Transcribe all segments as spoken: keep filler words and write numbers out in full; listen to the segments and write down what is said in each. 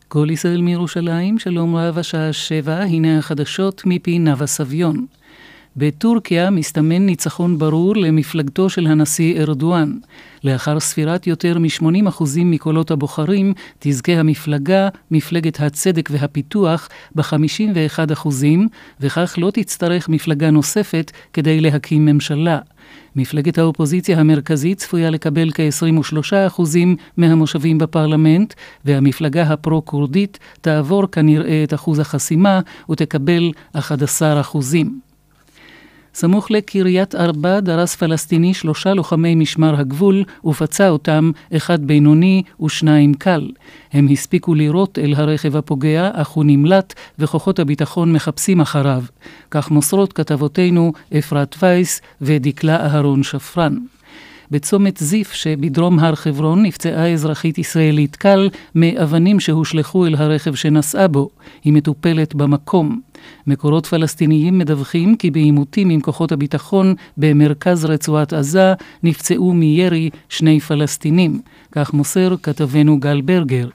כל ישראל מירושלים, שלום רב, השעה שבע, הנה החדשות מפי נווה סביון. בטורקיה מסתמן ניצחון ברור למפלגתו של הנשיא ארדואן. לאחר ספירת יותר מ-שמונים אחוזים מקולות הבוחרים, תזכה המפלגה, מפלגת הצדק והפיתוח, ב-חמישים ואחד אחוזים, וכך לא תצטרך מפלגה נוספת כדי להקים ממשלה. מפלגת האופוזיציה המרכזית צפויה לקבל כ-עשרים ושלושה אחוזים מהמושבים בפרלמנט, והמפלגה הפרו-קורדית תעבור כנראה את אחוז החסימה ותקבל אחד עשר אחוזים. סמוך לקריית ארבע דרס פלסטיני שלושה לוחמי משמר הגבול ופצע אותם, אחד בינוני ושניים קל. הם הספיקו לירות אל הרכב הפוגע, אך הוא נמלט וכוחות הביטחון מחפשים אחריו. כך מוסרות כתבותינו אפרת וייס ודקלה אהרון שפרן. בצומת זיף שבדרום הר חברון נפצעה אזרחית ישראלית קל מאבנים שהושלחו אל הרכב שנסעה בו. היא מטופלת במקום. מקורות פלסטיניים מדווחים כי בעימותים עם כוחות הביטחון במרכז רצועת עזה נפצעו מירי שני פלסטינים. כך מוסר כתבנו גל ברגר.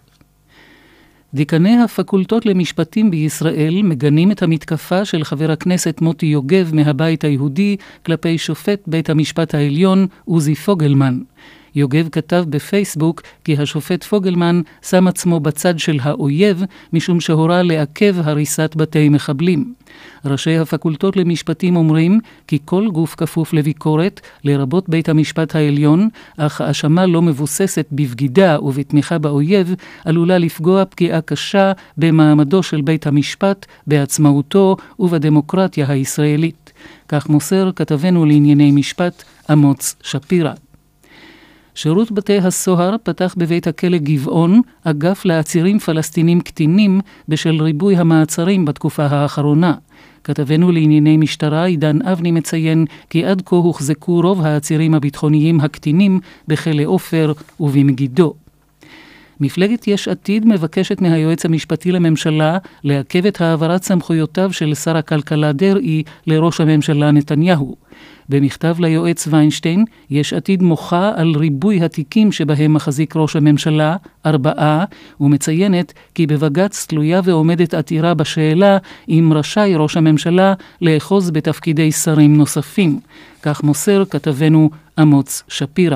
דיקני הפקולטות למשפטים בישראל מגנים את המתקפה של חבר הכנסת מוטי יוגב מהבית היהודי כלפי שופט בית המשפט העליון עוזי פוגלמן. יוגב כתב בפייסבוק כי השופט פוגלמן שם עצמו בצד של האויב משום שהורה לעכב הריסת בתי מחבלים. ראשי הפקולטות למשפטים אומרים כי כל גוף כפוף לביקורת, לרבות בית המשפט העליון, אך האשמה לא מבוססת בבגידה ובתמיכה באויב, עלולה לפגוע פגיעה קשה במעמדו של בית המשפט, בעצמאותו ובדמוקרטיה הישראלית. כך מוסר כתבנו לענייני משפט אמוץ שפירא. שירות בתי הסוהר פתח בבית הכלא גבעון אגף לעצירים פלסטינים קטינים בשל ריבוי המעצרים בתקופה האחרונה. כתבנו לענייני משטרה עידן אבני מציין כי עד כה הוחזקו רוב העצירים הביטחוניים הקטינים בכלא עופר ובמגידו. מפלגת יש עתיד מבקשת מהיועץ המשפטי לממשלה לעכב את העברת סמכויותיו של שר הכלכלה דרעי לראש הממשלה נתניהו. במכתב ליועץ ויינשטיין, יש עתיד מוחה על ריבוי התיקים שבהם מחזיק ראש הממשלה, ארבעה, ומציינת כי בבג"ץ תלויה ועומדת עתירה בשאלה אם רשאי ראש הממשלה לאחוז בתפקידי שרים נוספים. כך מוסר כתבנו אמוץ שפירא.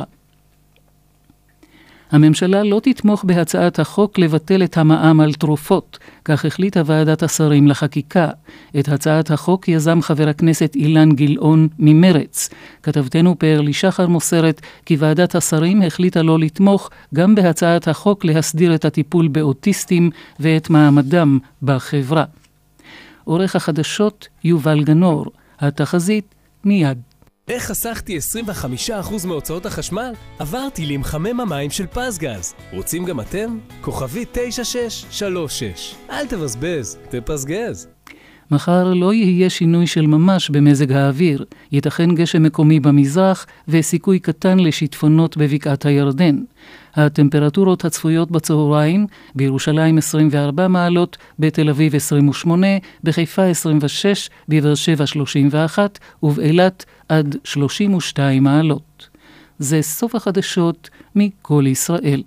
הממשלה לא תתמוך בהצעת החוק לבטל את המע"מ על תרופות, כך החליטה ועדת השרים לחקיקה. את הצעת החוק יזם חבר הכנסת אילן גילאון ממרץ. כתבתנו פארלי שחר מוסרת כי ועדת השרים החליטה לא לתמוך גם בהצעת החוק להסדיר את הטיפול באוטיסטים ואת מעמדם בחברה. עורך החדשות יובל גנור, התחזית מיד. איך חסכתי עשרים וחמישה אחוז מהוצאות החשמל? עברתי למחמם המים של פסגז. רוצים גם אתם? כוכבי תשע שש שלוש שש. אל תבזבז, תפסגז. מחר לא יהיה שינוי של ממש במזג האוויר. ייתכן גשם מקומי במזרח וסיכוי קטן לשיטפונות בבקעת הירדן. הטמפרטורות הצפויות בצהריים, בירושלים עשרים וארבע מעלות, בתל אביב עשרים ושמונה, בחיפה עשרים ושש, בבאר שבע שלושים ואחת ובאילת עד שלושים ושתיים מעלות. זה סוף החדשות מכל ישראל.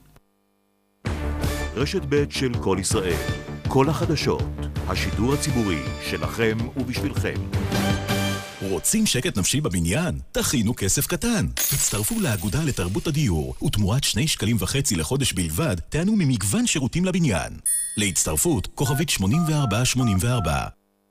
רשת ב' של כל ישראל. כל החדשות, השידור הציבורי שלכם ובשבילכם. רוצים שקט נפשי בבניין? תכינו כסף קטן. הצטרפו לאגודה לתרבות הדיור, ותמורת שני שקלים וחצי לחודש בלבד, תענו ממגוון שירותים לבניין. להצטרפות, כוכבית שמונים וארבע שמונים וארבע.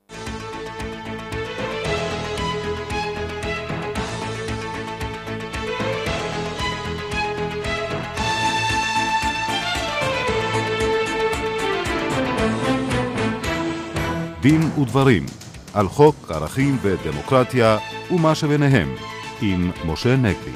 דין ודברים על חוק ערכים ודמוקרטיה ומה שביניהם עם משה נגבי.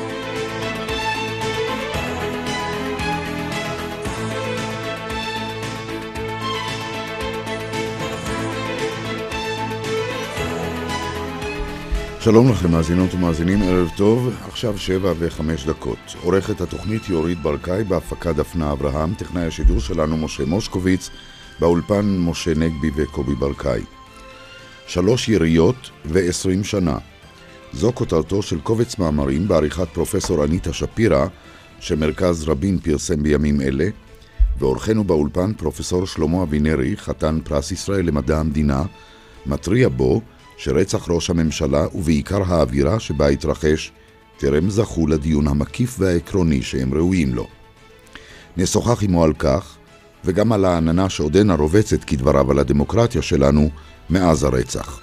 שלום לכם מאזינות ומאזינים, ערב טוב. עכשיו שבע וחמש דקות. עורכת התוכנית יורית ברקאי, בהפקה דפנה אברהם, טכנאי השידור שלנו משה מושקוביץ, באולפן משה נגבי וקובי ברקאי. שלוש יריות ועשרים שנה. זו כותרתו של קובץ מאמרים בעריכת פרופסור אניטה שפירא, שמרכז רבין פרסם בימים אלה, ואורחנו באולפן פרופסור שלמה אבינרי, חתן פרס ישראל למדע המדינה, מטריע בו שרצח ראש הממשלה ובעיקר האווירה שבה התרחש טרם זכו לדיון המקיף והעקרוני שהם ראויים לו. נשוחח עמו על כך וגם על העננה שעודנה רובצת כדבריו על הדמוקרטיה שלנו מאז הרצח.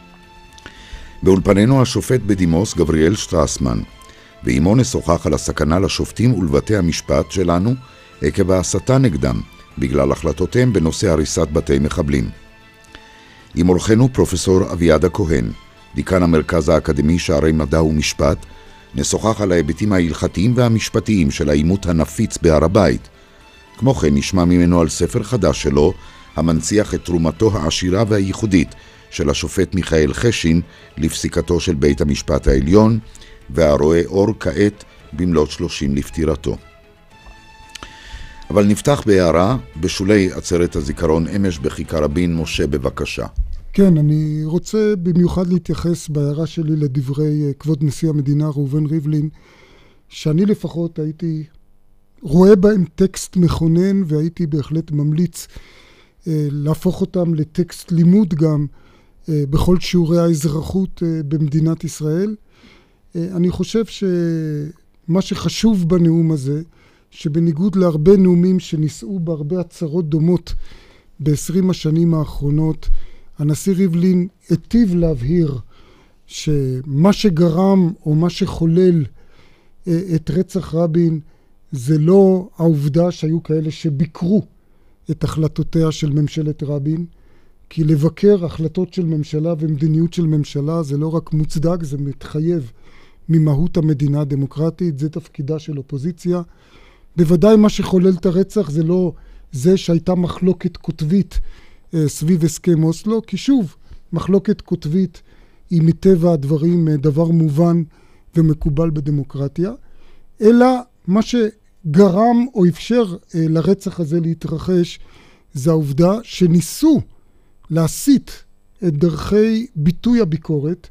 באולפננו השופט בדימוס גבריאל שטרסמן, ועמו נשוחח על הסכנה לשופטים ולבתי המשפט שלנו עקב ההסתה נגדם בגלל החלטותיהם בנושא הריסת בתי מחבלים. עם אורחנו פרופסור אביעד הכהן, דיקן המרכז האקדמי שערי מדע ומשפט, נשוחח על ההיבטים ההלכתיים והמשפטיים של העימות הנפיץ בהר הבית. כמו כן נשמע ממנו על ספר חדש שלו, המנציח את תרומתו העשירה והייחודית של השופט מיכאל חשין לפסיקתו של בית המשפט העליון, והרואה אור כעת במלאת שלושים לפטירתו. אבל נפתח בהערה בשולי עצרת הזיכרון אמש בכיכר רבין. משה, בבקשה. כן, אני רוצה במיוחד להתייחס בהערה שלי לדברי כבוד נשיא המדינה ראובן ריבלין, שאני לפחות הייתי רואה בהם טקסט מכונן, והייתי בהחלט ממליץ אה, להפוך אותם לטקסט לימוד גם אה, בכל שיעורי האזרחות אה, במדינת ישראל. אה, אני חושב שמה שחשוב בנאום הזה, שבניגוד להרבה נאומים שנישאו בהרבה הצהרות דומות ב-עשרים השנים האחרונות, הנשיא ריבלין היטיב להבהיר שמה שגרם או מה שחולל אה, את רצח רבין זה לא העובדה שהיו כאלה שביקרו את החלטותיה של ממשלת רבין, כי לבקר החלטות של ממשלה ומדיניות של ממשלה זה לא רק מוצדק, זה מתחייב ממהות המדינה הדמוקרטית, זה תפקידה של אופוזיציה. בוודאי מה שחולל את הרצח זה לא זה שהייתה מחלוקת כותבית אה, סביב הסכם אוסלו, כי שוב, מחלוקת כותבית היא מטבע הדברים אה, דבר מובן ומקובל בדמוקרטיה, אלא מה שגרם או אפשר אה, לרצח הזה להתרחש זה העובדה שניסו להסיט את דרכי ביטוי הביקורת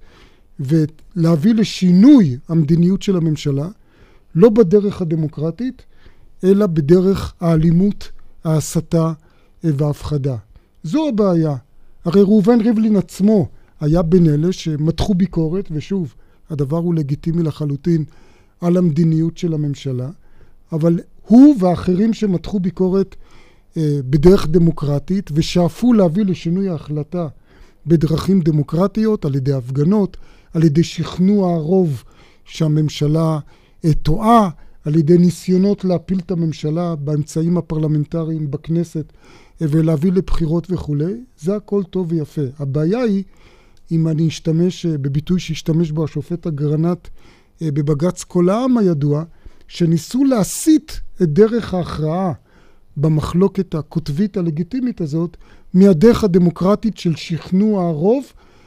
ולהביא לשינוי המדיניות של הממשלה, לא בדרך הדמוקרטית, אלא בדרך האלימות, ההסתה וההפחדה. זו הבעיה. הרי ראובן ריבלין עצמו היה בין אלה שמתחו ביקורת, ושוב, הדבר הוא לגיטימי לחלוטין על המדיניות של הממשלה, אבל הוא ואחרים שמתחו ביקורת אה, בדרך דמוקרטית, ושאפו להביא לשינוי ההחלטה בדרכים דמוקרטיות, על ידי הפגנות, על ידי שכנוע הרוב שהממשלה אה, טועה, על ידי ניסיונות להפיל את הממשלה באמצעים הפרלמנטריים בכנסת אה, ולהביא לבחירות וכו'. זה הכל טוב ויפה. הבעיה היא, אם אני אשתמש אה, בביטוי שהשתמש בו השופט אגרנט אה, בבג"ץ כל העם הידוע, שניסו להסיט את דרך ההכרעה במחלוקת הכותבית הלגיטימית הזאת, מהדרך הדמוקרטית של שכנוע הרוב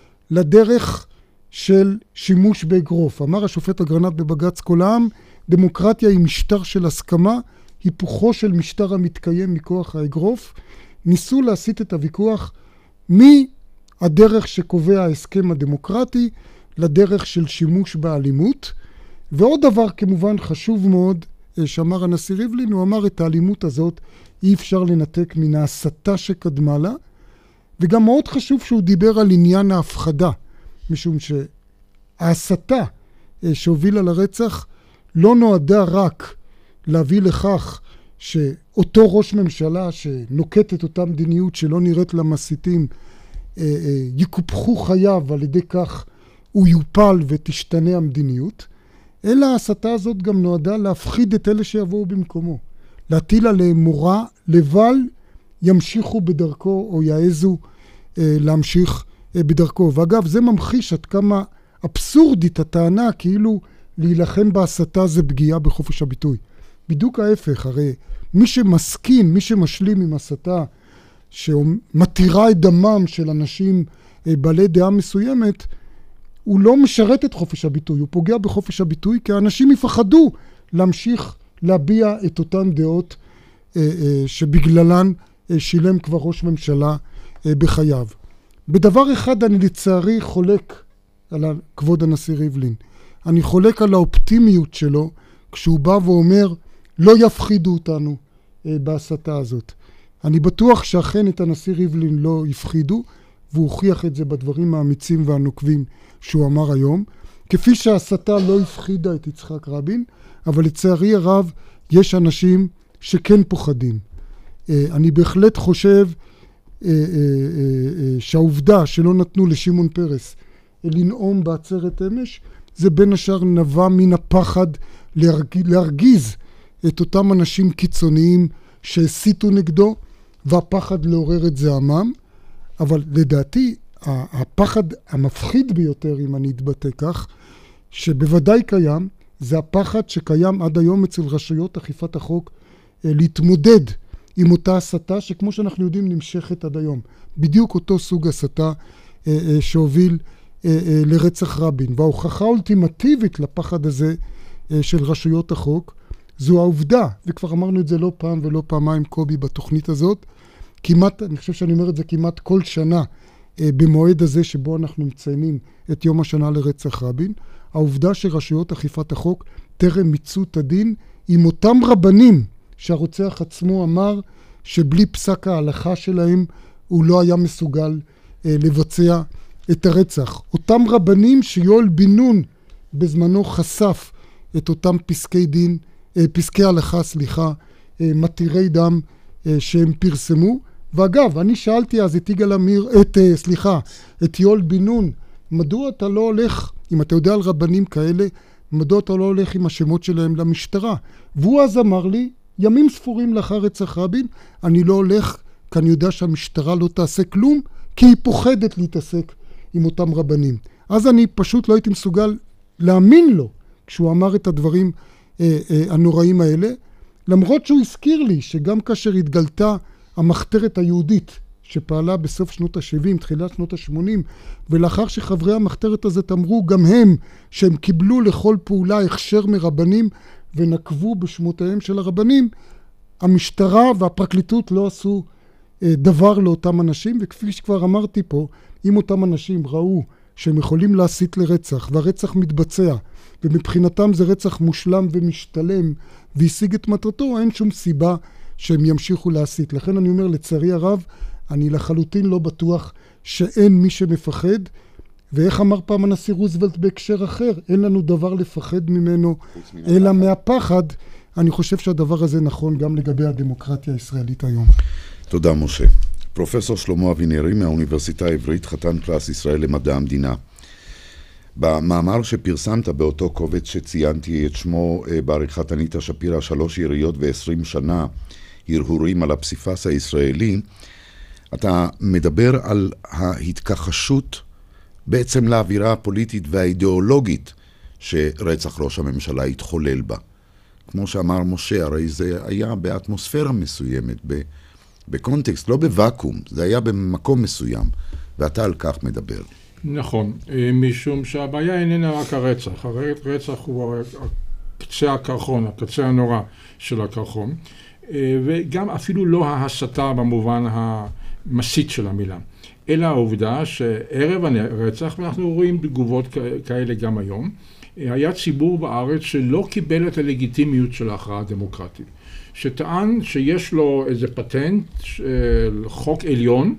לדרך של שימוש באגרוף. אמר השופט אגרנט בבג"ץ כל העם, דמוקרטיה היא משטר של הסכמה, היפוכו של משטר המתקיים מכוח האגרוף. ניסו להסיט את הוויכוח מהדרך שקובע ההסכם הדמוקרטי לדרך של שימוש באלימות. ועוד דבר כמובן חשוב מאוד שאמר הנשיא ריבלין, הוא אמר את האלימות הזאת אי אפשר לנתק מן ההסתה שקדמה לה, וגם מאוד חשוב שהוא דיבר על עניין ההפחדה, משום שההסתה שהובילה לרצח לא נועדה רק להביא לכך שאותו ראש ממשלה שנוקט את אותה מדיניות שלא נראית למסיתים יקופחו חייו, על ידי כך הוא יופל ותשתנה המדיניות, אלא ההסתה הזאת גם נועדה להפחיד את אלה שיבואו במקומו, להטיל עליהם מורא, לבל ימשיכו בדרכו או יעזו אה, להמשיך אה, בדרכו. ואגב, זה ממחיש עד כמה אבסורדית הטענה כאילו להילחם בהסתה זה פגיעה בחופש הביטוי. בדיוק ההפך, הרי מי שמסכים, מי שמשלים עם הסתה שמתירה את דמם של אנשים אה, בעלי דעה מסוימת, הוא לא משרת את חופש הביטוי, הוא פוגע בחופש הביטוי, כי האנשים יפחדו להמשיך להביע את אותן דעות אה, אה, שבגללן אה, שילם כבר ראש ממשלה אה, בחייו. בדבר אחד אני לצערי חולק על כבוד הנשיא ריבלין. אני חולק על האופטימיות שלו, כשהוא בא ואומר, לא יפחידו אותנו בהסתה הזאת. אני בטוח שאכן את הנשיא ריבלין לא יפחידו, והוא הוכיח את זה בדברים האמיצים והנוקבים שהוא אמר היום, כפי שההסתה לא הפחידה את יצחק רבין, אבל לצערי הרב יש אנשים שכן פוחדים. אני בהחלט חושב שהעובדה שלא נתנו לשמעון פרס לנאום בעצרת אמש, זה בין השאר נבע מן הפחד להרגיז את אותם אנשים קיצוניים שהסיתו נגדו, והפחד לעורר את זעמם. אבל לדעתי הפחד המפחיד ביותר, אם אני אתבטא כך, שבוודאי קיים, זה הפחד שקיים עד היום אצל רשויות אכיפת החוק להתמודד עם אותה הסתה שכמו שאנחנו יודעים נמשכת עד היום. בדיוק אותו סוג הסתה שהוביל לרצח רבין. וההוכחה האולטימטיבית לפחד הזה של רשויות החוק זו העובדה, וכבר אמרנו את זה לא פעם ולא פעמיים קובי בתוכנית הזאת, כמעט, אני חושב שאני אומר את זה כמעט כל שנה במועד הזה שבו אנחנו מציינים את יום השנה לרצח רבין, העובדה שרשויות אכיפת החוק טרם מיצו את הדין עם אותם רבנים שהרוצח עצמו אמר שבלי פסק ההלכה שלהם הוא לא היה מסוגל לבצע את הרצח. אותם רבנים שיואל בן נון בזמנו חשף את אותם פסקי דין, פסקי הלכה, סליחה, מתירי דם שהם פרסמו. ואגב, אני שאלתי אז את יגאל עמיר, את, סליחה, את יואל בן נון, מדוע אתה לא הולך, אם אתה יודע על רבנים כאלה, מדוע אתה לא הולך עם השמות שלהם למשטרה? והוא אז אמר לי, ימים ספורים לאחר רצח רבין, אני לא הולך, כי אני יודע שהמשטרה לא תעשה כלום, כי היא פוחדת להתעסק עם אותם רבנים. אז אני פשוט לא הייתי מסוגל להאמין לו, כשהוא אמר את הדברים אה, אה, הנוראים האלה, למרות שהוא הזכיר לי שגם כאשר התגלתה המחתרת היהודית שפעלה בסוף שנות ה-שבעים, תחילת שנות ה-שמונים, ולאחר שחברי המחתרת הזאת אמרו גם הם שהם קיבלו לכל פעולה הכשר מרבנים ונקבו בשמותיהם של הרבנים, המשטרה והפרקליטות לא עשו אה, דבר לאותם אנשים, וכפי שכבר אמרתי פה, אם אותם אנשים ראו שהם יכולים להסית לרצח, והרצח מתבצע, ומבחינתם זה רצח מושלם ומשתלם, והשיג את מטרתו, אין שום סיבה שהם ימשיכו להסית. לכן אני אומר, לצערי הרב, אני לחלוטין לא בטוח שאין מי שמפחד, ואיך אמר פעם הנשיא רוזוולט בהקשר אחר, אין לנו דבר לפחד ממנו, אלא מהפחד. אני חושב שהדבר הזה נכון גם לגבי הדמוקרטיה הישראלית היום. תודה משה. פרופסור שלמה אבינרי מהאוניברסיטה העברית, חתן פרס ישראל למדע המדינה. במאמר שפרסמת באותו קובץ שציינתי את שמו בעריכת אניטה שפירא, שלוש יריות ועשרים שנה, הרהורים על הפסיפס הישראלי, אתה מדבר על ההתכחשות בעצם לאווירה הפוליטית והאידיאולוגית שרצח ראש הממשלה התחולל בה. כמו שאמר משה, הרי זה היה באטמוספירה מסוימת, בקונטקסט, לא בוואקום, זה היה במקום מסוים, ואתה על כך מדבר. נכון, משום שהבעיה איננה רק הרצח, הרצח הוא קצה הקרחון, הקצה הנורא של הקרחון, וגם אפילו לא ההסתה במובן המסית של המילה, אלא העובדה שערב הרצח, ואנחנו רואים תגובות כאלה גם היום, היה ציבור בארץ שלא קיבל את הלגיטימיות של ההכרעה הדמוקרטית, שטען שיש לו איזה פטנט, חוק עליון,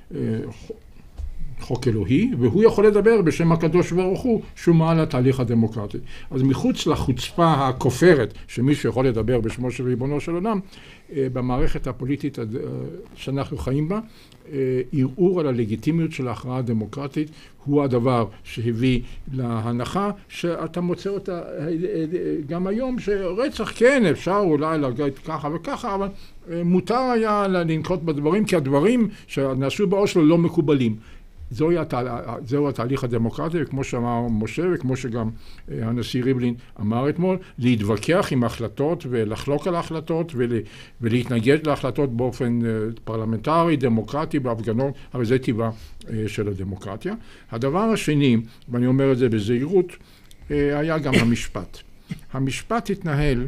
חוק אלוהי, והוא יכול לדבר בשם הקדוש ברוך הוא שהוא מעל התהליך הדמוקרטי. אז מחוץ לחוצפה הכופרת שמישהו יכול לדבר בשמו של ריבונו של עולם, במערכת הפוליטית שאנחנו חיים בה, ערעור על הלגיטימיות של ההכרעה הדמוקרטית הוא הדבר שהביא להנחה שאתה מוצא אותה גם היום, שרצח כן אפשר אולי להגיד ככה וככה, אבל מותר היה לנקוט בדברים, כי הדברים שנעשו באושלו לא מקובלים. זהו, זהו התהליך הדמוקרטי, וכמו שאמר משה, וכמו שגם הנשיא ריבלין אמר אתמול, להתווכח עם החלטות ולחלוק על ההחלטות ולהתנגד להחלטות באופן פרלמנטרי, דמוקרטי, בהפגנות, אבל זה טבעה של הדמוקרטיה. הדבר השני, ואני אומר את זה בזהירות, היה גם המשפט. המשפט התנהל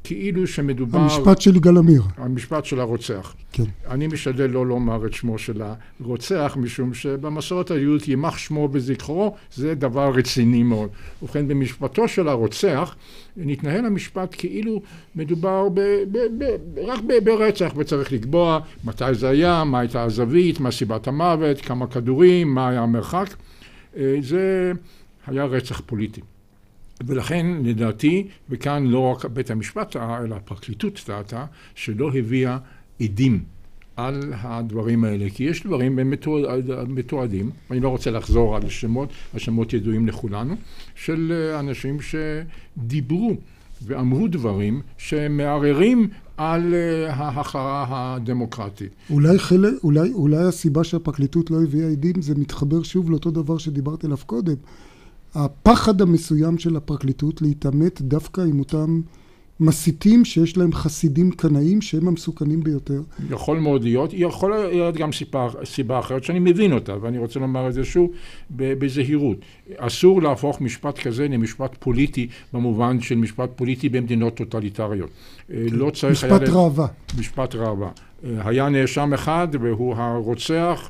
כאילו שמדובר... המשפט של יגאל עמיר. המשפט של הרוצח. כן. אני משתדל לא לומר את שמו של הרוצח, משום שבמסורת היהודית יימח שמו בזכרו, זה דבר רציני מאוד. ובכן, במשפטו של הרוצח, נתנהל המשפט כאילו מדובר ב, ב, ב, רק ב, ברצח, וצריך לקבוע מתי זה היה, מה הייתה הזווית, מה סיבת המוות, כמה כדורים, מה היה המרחק. זה היה רצח פוליטי. ולכן, לדעתי, וכאן לא רק בית המשפט, אלא הפרקליטות טעתה, שלא הביאה עדים על הדברים האלה. כי יש דברים מתועדים, ואני לא רוצה לחזור על שמות, השמות ידועים לכולנו, של אנשים שדיברו ואמרו דברים שמערערים על ההכרעה הדמוקרטית. אולי, חלק, אולי, אולי הסיבה שהפרקליטות לא הביאה עדים, זה מתחבר שוב לאותו דבר שדיברתי עליו קודם. הפחד המסוים של הפרקליטות להתעמת דווקא עם אותם מסיתים שיש להם חסידים קנאים שהם המסוכנים ביותר. יכול מאוד להיות, יכול להיות גם סיבה, סיבה אחרת שאני מבין אותה, ואני רוצה לומר את זה שוב בזהירות. אסור להפוך משפט כזה למשפט פוליטי במובן של משפט פוליטי במדינות טוטליטריות. לא צריך משפט ראווה. משפט ראווה. היה נאשם אחד והוא הרוצח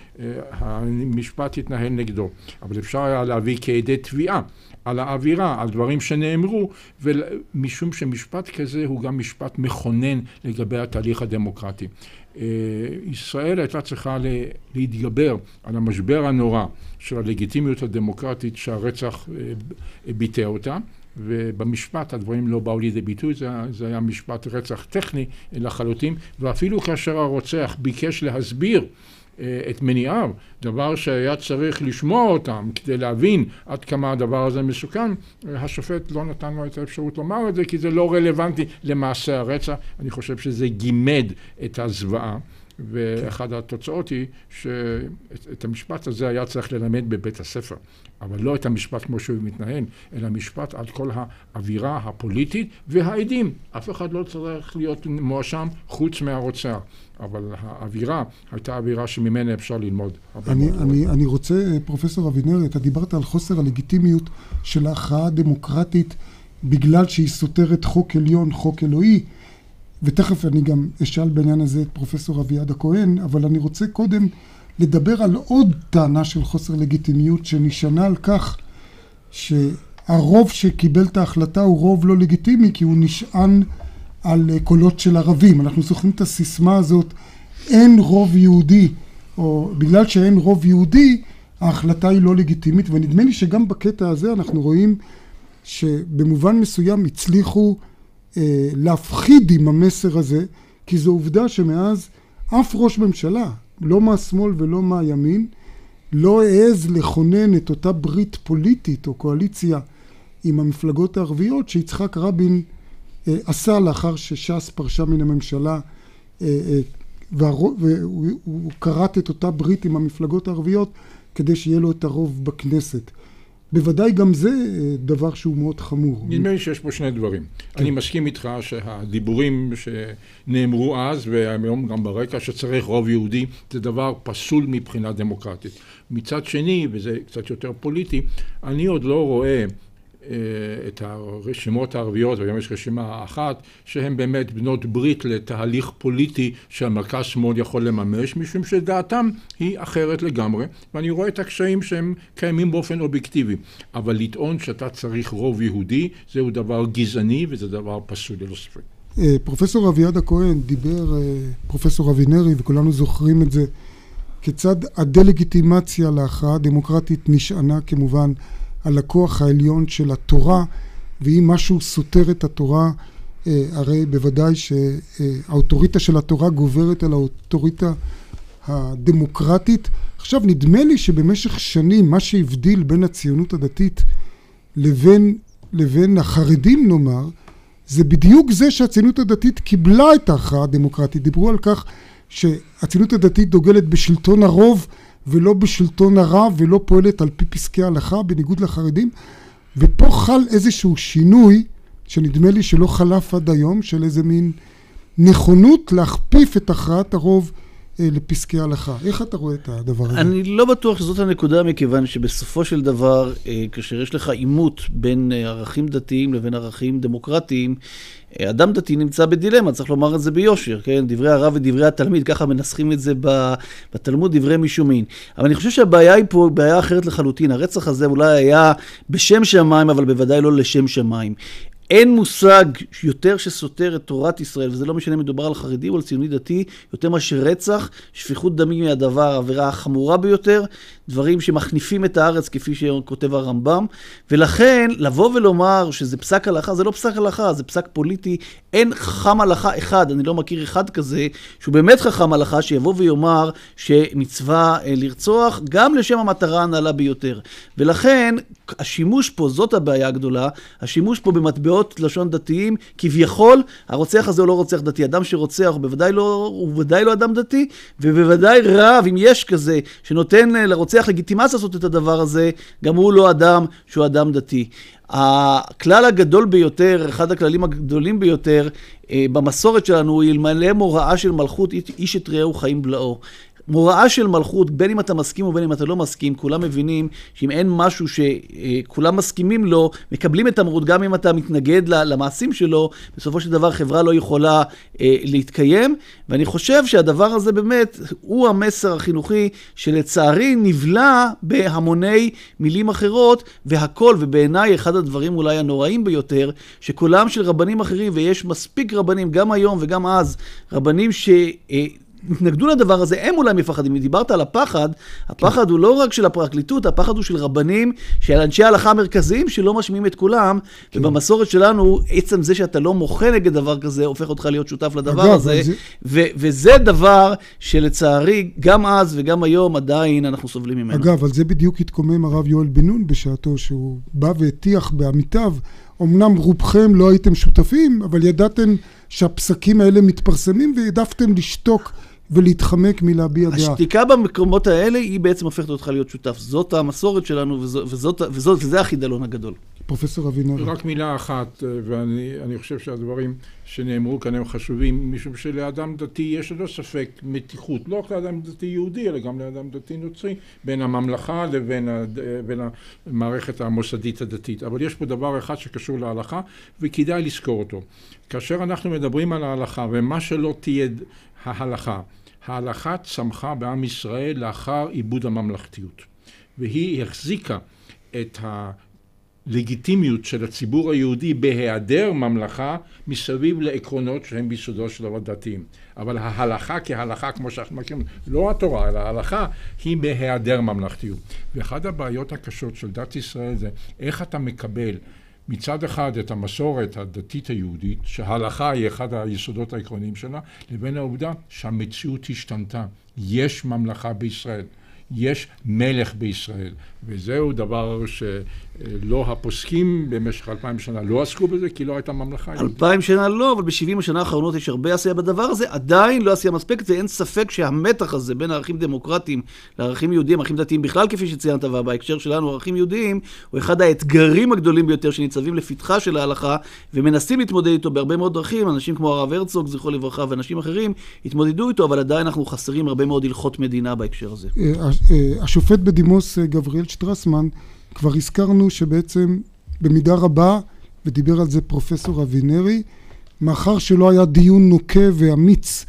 והמשפט התנהל נגדו. אבל אפשר היה להביא כעדי תביעה על האווירה, על דברים שנאמרו, ומשום שמשפט כזה הוא גם משפט מכונן לגבי התהליך הדמוקרטי. ישראל הייתה צריכה להתגבר על המשבר הנורא של הלגיטימיות הדמוקרטית שהרצח ביטא אותה, ובמשפט הדברים לא באו לידי ביטוי, זה, זה היה משפט רצח טכני לחלוטין, ואפילו כאשר הרוצח ביקש להסביר את מניעיו, דבר שהיה צריך לשמוע אותם כדי להבין עד כמה הדבר הזה מסוכן, השופט לא נתן לו את האפשרות לומר את זה, כי זה לא רלוונטי למעשה הרצח. אני חושב שזה גימד את הזוועה, ואחת התוצאות היא שאת המשפט הזה היה צריך ללמד בבית הספר, אבל לא את המשפט כמו שהוא מתנהל, אלא משפט על כל האווירה הפוליטית והעדים. אף אחד לא צריך להיות מואשם חוץ מהרוצח, אבל האווירה הייתה אווירה שממנה אפשר ללמוד. אני, אני, אני רוצה, פרופסור אבינרי, אתה דיברת על חוסר הלגיטימיות של ההכרעה הדמוקרטית בגלל שהיא סותרת חוק עליון, חוק אלוהי, ותכף אני גם אשאל בעניין הזה את פרופסור אביעד הכהן, אבל אני רוצה קודם לדבר על עוד טענה של חוסר לגיטימיות שנשענה על כך שהרוב שקיבל את ההחלטה הוא רוב לא לגיטימי, כי הוא נשען על קולות של ערבים. אנחנו זוכרים את הסיסמה הזאת, אין רוב יהודי, או בגלל שאין רוב יהודי, ההחלטה היא לא לגיטימית, ונדמה לי שגם בקטע הזה אנחנו רואים שבמובן מסוים הצליחו להפחיד עם המסר הזה, כי זו עובדה שמאז אף ראש ממשלה, לא מהשמאל ולא מהימין, לא העז לכונן את אותה ברית פוליטית או קואליציה עם המפלגות הערביות שיצחק רבין אה, עשה לאחר שש"ס פרשה מן הממשלה, אה, אה, והוא, והוא קראת את אותה ברית עם המפלגות הערביות כדי שיהיה לו את הרוב בכנסת. בוודאי גם זה דבר שהוא מאוד חמור. נדמה לי שיש פה שני דברים. כן. אני מסכים איתך שהדיבורים שנאמרו אז, והיום גם ברקע שצריך רוב יהודי, זה דבר פסול מבחינה דמוקרטית. מצד שני, וזה קצת יותר פוליטי, אני עוד לא רואה את הרשימות הערביות, והיום יש רשימה אחת, שהן באמת בנות ברית לתהליך פוליטי שהמרכז שמאל יכול לממש, משום שדעתם היא אחרת לגמרי, ואני רואה את הקשיים שהם קיימים באופן אובייקטיבי. אבל לטעון שאתה צריך רוב יהודי, זהו דבר גזעני וזה דבר פסול ללא ספק. פרופסור אביעד הכהן דיבר, פרופסור אבינרי, וכולנו זוכרים את זה, כיצד הדלגיטימציה להכרעה הדמוקרטית נשענה כמובן על הכוח העליון של התורה, ואם משהו סותר את התורה, הרי בוודאי שהאוטוריטה של התורה גוברת על האוטוריטה הדמוקרטית. עכשיו נדמה לי שבמשך שנים מה שהבדיל בין הציונות הדתית לבין, לבין החרדים נאמר, זה בדיוק זה שהציונות הדתית קיבלה את ההכרעה הדמוקרטית. דיברו על כך שהציונות הדתית דוגלת בשלטון הרוב, ולא בשלטון הרע, ולא פועלת על פי פסקי ההלכה, בניגוד לחרדים. ופה חל איזשהו שינוי, שנדמה לי שלא חלף עד היום, של איזה מין נכונות להכפיף את הכרעת הרוב לפסקי הלכה. איך אתה רואה את הדבר הזה? אני לא בטוח שזאת הנקודה, מכיוון שבסופו של דבר, כאשר יש לך עימות בין ערכים דתיים לבין ערכים דמוקרטיים, אדם דתי נמצא בדילמה, צריך לומר את זה ביושר, כן? דברי הרב ודברי התלמיד, ככה מנסחים את זה בתלמוד, דברי משומין. אבל אני חושב שהבעיה היא פה בעיה אחרת לחלוטין. הרצח הזה אולי היה בשם שמיים, אבל בוודאי לא לשם שמיים. אין מושג יותר שסותר את תורת ישראל, וזה לא משנה מדובר על חרדי או על ציוני דתי, יותר מאשר רצח, שפיכות דמים מהדבר, העבירה החמורה ביותר, דברים שמחניפים את הארץ כפי שכותב הרמב"ם, ולכן לבוא ולומר שזה פסק הלכה, זה לא פסק הלכה, זה פסק פוליטי, אין חכם הלכה אחד, אני לא מכיר אחד כזה, שהוא באמת חכם הלכה, שיבוא ויאמר שמצווה לרצוח, גם לשם המטרה הנעלה ביותר. ולכן השימוש פה, זאת הבעיה הגדולה, השימוש פה במטבעות לשון דתיים, כביכול, הרוצח הזה הוא לא רוצח דתי. אדם שרוצח הוא בוודאי לא, הוא בוודאי לא אדם דתי, ובוודאי רב, אם יש כזה, שנותן לרוצח לגיטימציה לעשות את הדבר הזה, גם הוא לא אדם שהוא אדם דתי. הכלל הגדול ביותר, אחד הכללים הגדולים ביותר, במסורת שלנו, הוא אלמלא מוראה של מלכות, איש את רעהו חיים בלעו. מוראה של מלכות, בין אם אתה מסכים ובין אם אתה לא מסכים, כולם מבינים שאם אין משהו שכולם מסכימים לו, מקבלים את המרות, גם אם אתה מתנגד למעשים שלו, בסופו של דבר חברה לא יכולה אה, להתקיים, ואני חושב שהדבר הזה באמת הוא המסר החינוכי שלצערי נבלע בהמוני מילים אחרות, והכל, ובעיניי אחד הדברים אולי הנוראים ביותר, שקולם של רבנים אחרים, ויש מספיק רבנים גם היום וגם אז, רבנים ש... אה, התנגדו לדבר הזה, הם אולי מפחדים. אם דיברת על הפחד, הפחד הוא לא רק של הפרקליטות, הפחד הוא של רבנים, של אנשי ההלכה המרכזיים שלא משמיעים את כולם, ובמסורת שלנו, עצם זה שאתה לא מוחה נגד דבר כזה, הופך אותך להיות שותף לדבר הזה, וזה דבר שלצערי, גם אז וגם היום עדיין אנחנו סובלים ממנו. אגב, על זה בדיוק התקומם הרב יואל בן נון בשעתו, שהוא בא והטיח בעמיתיו, אמנם רובכם לא הייתם שותפים, אבל ידעתם שהפסקים האלה מתפרסמים, והעדפתם לשתוק ולהתחמק מלהביע דעה. השתיקה במקומות האלה היא בעצם הופכת אותך להיות שותף. זאת המסורת שלנו, וזאת, וזאת, וזאת, וזה החידלון הגדול. פרופסור אבינרי. רק מילה אחת, ואני אני חושב שהדברים שנאמרו כאן הם חשובים, משום שלאדם דתי יש לא ספק מתיחות, לא רק לאדם דתי יהודי, אלא גם לאדם דתי נוצרי, בין הממלכה לבין בין המערכת המוסדית הדתית. אבל יש פה דבר אחד שקשור להלכה, וכדאי לזכור אותו. כאשר אנחנו מדברים על ההלכה, ומה שלא תהיה ההלכה, ההלכה צמחה בעם ישראל לאחר עיבוד הממלכתיות, והיא החזיקה את ה... לגיטימיות של הציבור היהודי בהיעדר ממלכה מסביב לעקרונות שהם ביסודו של הדתיים. אבל ההלכה כהלכה, כמו שאנחנו מכירים, לא התורה, אלא ההלכה היא בהיעדר ממלכתיות. ואחת הבעיות הקשות של דת ישראל זה איך אתה מקבל מצד אחד את המסורת הדתית היהודית, שההלכה היא אחד היסודות העקרוניים שלה, לבין העובדה שהמציאות השתנתה. יש ממלכה בישראל. יש מלך בישראל, וזהו דבר שלא הפוסקים במשך אלפיים שנה לא עסקו בזה, כי לא הייתה ממלכה. אלפיים שנה לא, אבל ב-שבעים השנה האחרונות יש הרבה עשייה בדבר הזה, עדיין לא עשייה מספקת, ואין ספק שהמתח הזה בין הערכים דמוקרטיים לערכים יהודיים, ערכים דתיים בכלל כפי שציינת, ובהקשר שלנו ערכים יהודיים, הוא אחד האתגרים הגדולים ביותר שניצבים לפתחה של ההלכה, ומנסים להתמודד איתו בהרבה מאוד דרכים, אנשים כמו הרב הרצוג, זכרו לברכה, ואנשים אחרים התמודדו איתו, אבל עדיין אנחנו חסרים הרבה מאוד הלכות מדינה בהקשר הזה. השופט בדימוס גבריאל שטרסמן, כבר הזכרנו שבעצם במידה רבה, ודיבר על זה פרופסור אבינרי, מאחר שלא היה דיון נוקה ואמיץ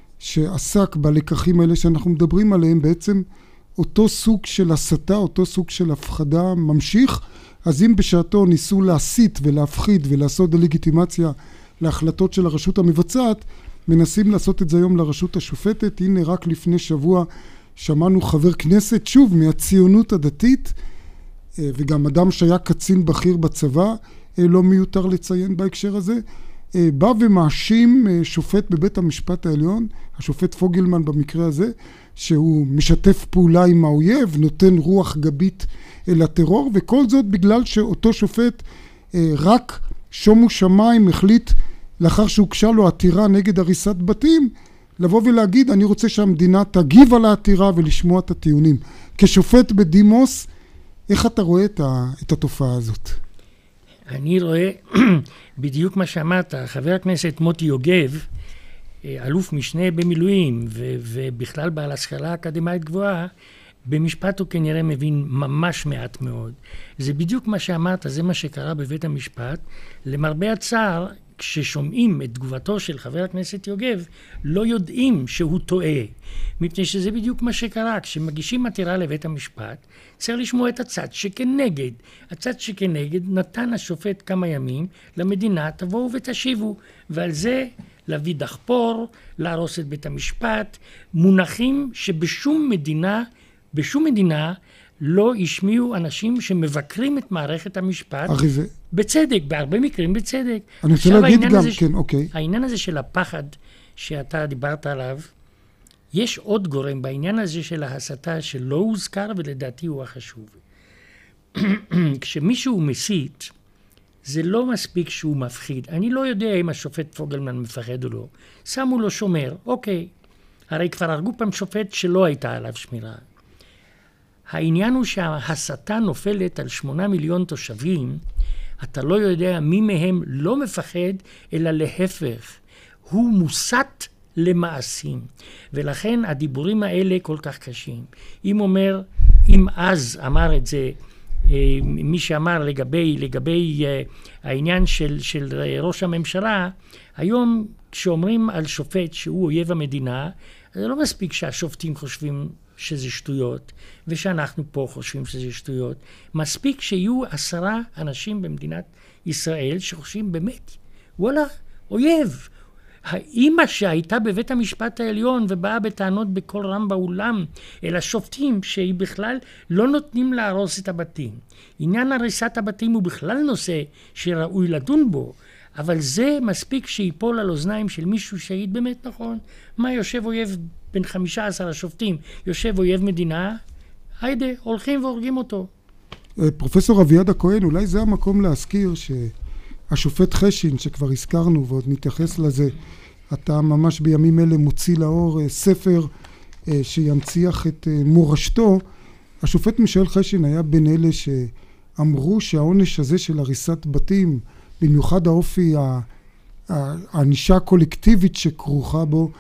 שעסק בלקחים האלה שאנחנו מדברים עליהם, בעצם אותו סוג של הסתה, אותו סוג של הפחדה ממשיך, אז אם בשעתו ניסו להסית ולהפחיד ולעשות דלגיטימציה להחלטות של הרשות המבצעת, מנסים לעשות את זה היום לרשות השופטת. הנה רק לפני שבוע שמענו חבר כנסת, שוב, מהציונות הדתית, וגם אדם שהיה קצין בכיר בצבא, לא מיותר לציין בהקשר הזה, בא ומאשים שופט בבית המשפט העליון, השופט פוגלמן במקרה הזה, שהוא משתף פעולה עם האויב, נותן רוח גבית אל הטרור, וכל זאת בגלל שאותו שופט רק שומו שמיים החליט, לאחר שהוגשה לו עתירה נגד הריסת בתים, לבוא ולהגיד, אני רוצה שהמדינה תגיב על העתירה ולשמוע את הטיעונים. כשופט בדימוס, איך אתה רואה את, ה, את התופעה הזאת? אני רואה בדיוק מה שאמרת, חבר הכנסת מוטי יוגב, אלוף משנה במילואים, ו- ובכלל בעל השכלה אקדמית גבוהה, במשפט הוא כנראה מבין ממש מעט מאוד. זה בדיוק מה שאמרת, זה מה שקרה בבית המשפט. למרבה הצער, כששומעים את תגובתו של חבר הכנסת יוגב, לא יודעים שהוא טועה. מפני שזה בדיוק מה שקרה. כשמגישים עתירה לבית המשפט, צריך לשמוע את הצד שכנגד. הצד שכנגד נתן השופט כמה ימים למדינה, תבואו ותשיבו. ועל זה להביא דחפור, להרוס את בית המשפט, מונחים שבשום מדינה, בשום מדינה לא השמיעו אנשים שמבקרים את מערכת המשפט. אחי זה... בצדק, בהרבה מקרים בצדק. אני רוצה להגיד גם, כן, ש... אוקיי. העניין הזה של הפחד שאתה דיברת עליו, יש עוד גורם בעניין הזה של ההסתה שלא הוזכר ולדעתי הוא החשוב. כשמישהו מסית, זה לא מספיק שהוא מפחיד. אני לא יודע אם השופט פוגלמן מפחד או לא. שמו לו שומר, אוקיי. הרי כבר הרגו פעם שופט שלא הייתה עליו שמירה. העניין הוא שההסתה נופלת על שמונה מיליון תושבים, אתה לא יודע מי מהם לא מפחד, אלא להפך. הוא מוסת למעשים. ולכן הדיבורים האלה כל כך קשים. אם אומר, אם אז אמר את זה, מי שאמר לגבי, לגבי העניין של, של ראש הממשלה, היום כשאומרים על שופט שהוא אויב המדינה, זה לא מספיק שהשופטים חושבים שזה שטויות, ושאנחנו פה חושבים שזה שטויות. מספיק שיהיו עשרה אנשים במדינת ישראל שחושבים באמת, וואלה, אויב. האמא שהייתה בבית המשפט העליון ובאה בטענות בכל רם באולם אל השופטים שהיא בכלל לא נותנים להרוס את הבתים. עניין הריסת הבתים הוא בכלל נושא שראוי לדון בו, אבל זה מספיק שיפול על אוזניים של מישהו שהעיד באמת נכון. מה יושב אויב בין חמישה עשר השופטים, יושב אויב מדינה, היידה, הולכים והורגים אותו. פרופסור אביעד הכהן, אולי זה המקום להזכיר שהשופט חשין, שכבר הזכרנו ועוד נתייחס לזה, אתה ממש בימים אלה מוציא לאור ספר שינציח את מורשתו. השופט מישאל חשין היה בין אלה שאמרו שהעונש הזה של הריסת בתים, במיוחד האופי, הענישה הקולקטיבית שכרוכה בו,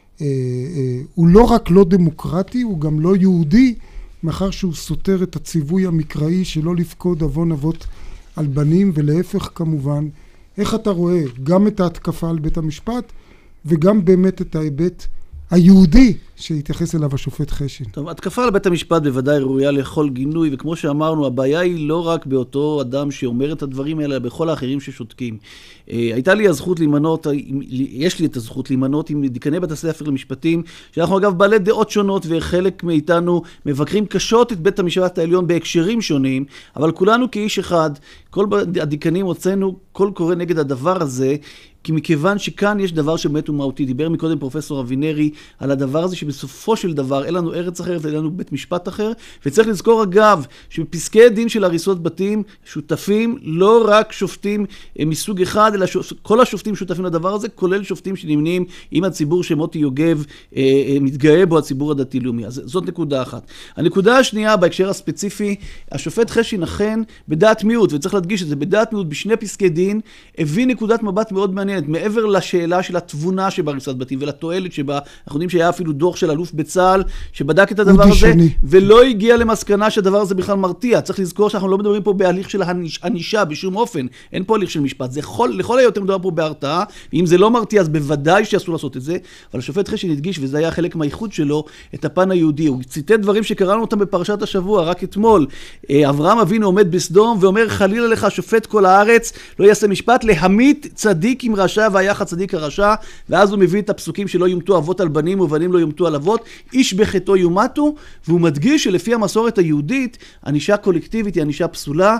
הוא לא רק לא דמוקרטי, הוא גם לא יהודי, מאחר שהוא סותר את הציווי המקראי שלא לפקוד אבון אבות על בנים, ולהפך כמובן. איך אתה רואה גם את ההתקפה על בית המשפט, וגם באמת את ההיבט היהודי שהתייחס אליו השופט חשין? טוב, התקפה על בית המשפט בוודאי ראויה לכל גינוי, וכמו שאמרנו, הבעיה היא לא רק באותו אדם שאומר את הדברים האלה, אלא בכל האחרים ששותקים. הייתה לי הזכות להימנות, יש לי את הזכות להימנות עם דיקני בית הספר למשפטים, שאנחנו אגב בעלי דעות שונות, וחלק מאיתנו מבקרים קשות את בית המשפט העליון בהקשרים שונים, אבל כולנו כאיש אחד, כל הדיקנים הוצאנו כל קורא נגד הדבר הזה, כי מכיוון שכאן יש דבר שבאמת הוא מהותי. דיבר מקודם פרופסור אבינרי על הדבר הזה שבסופו של דבר אין לנו ארץ אחרת, אין לנו בית משפט אחר, וצריך לזכור אגב שבפסקי דין של הריסות בתים שותפים לא רק שופטים מסוג אחד, אלא שופ... כל השופטים שותפים לדבר הזה, כולל שופטים שנמנים עם הציבור שמוטי יוגב אה, אה, מתגאה בו, הציבור הדתי-לאומי. אז זאת נקודה אחת. הנקודה השנייה בהקשר הספציפי, השופט חשין אכן בדעת מיעוט, וצריך להדגיש את זה, בדעת מיעוט בשני פסקי דין, הביא נקודת מבט מאוד מעניינת. מעבר לשאלה של התבונה שבהריסת בתים ולתועלת שבה, אנחנו יודעים שהיה אפילו דוח של אלוף בצה"ל שבדק את הדבר הזה, שני. ולא הגיע למסקנה שהדבר הזה בכלל מרתיע. צריך לזכור שאנחנו לא מדברים פה בהליך של ענישה בשום אופן, אין פה הליך של משפט, זה יכול, לכל היותר מדובר פה בהרתעה, ואם זה לא מרתיע אז בוודאי שאסור לעשות את זה, אבל השופט חשין הדגיש, וזה היה חלק מהייחוד שלו, את הפן היהודי. הוא ציטט דברים שקראנו אותם בפרשת השבוע, רק אתמול. אברהם אבינו עומד בסדום ואומר, חלילה לך שופט כל הארץ, לא יעשה משפט, להמית צדיק עם רשע והיח הצדיק הרשע, ואז הוא מביא את הפסוקים שלא יומתו אבות על בנים ובנים לא יומתו על אבות, איש בחטאו יומתו, והוא מדגיש שלפי המסורת היהודית, ענישה קולקטיבית היא ענישה פסולה.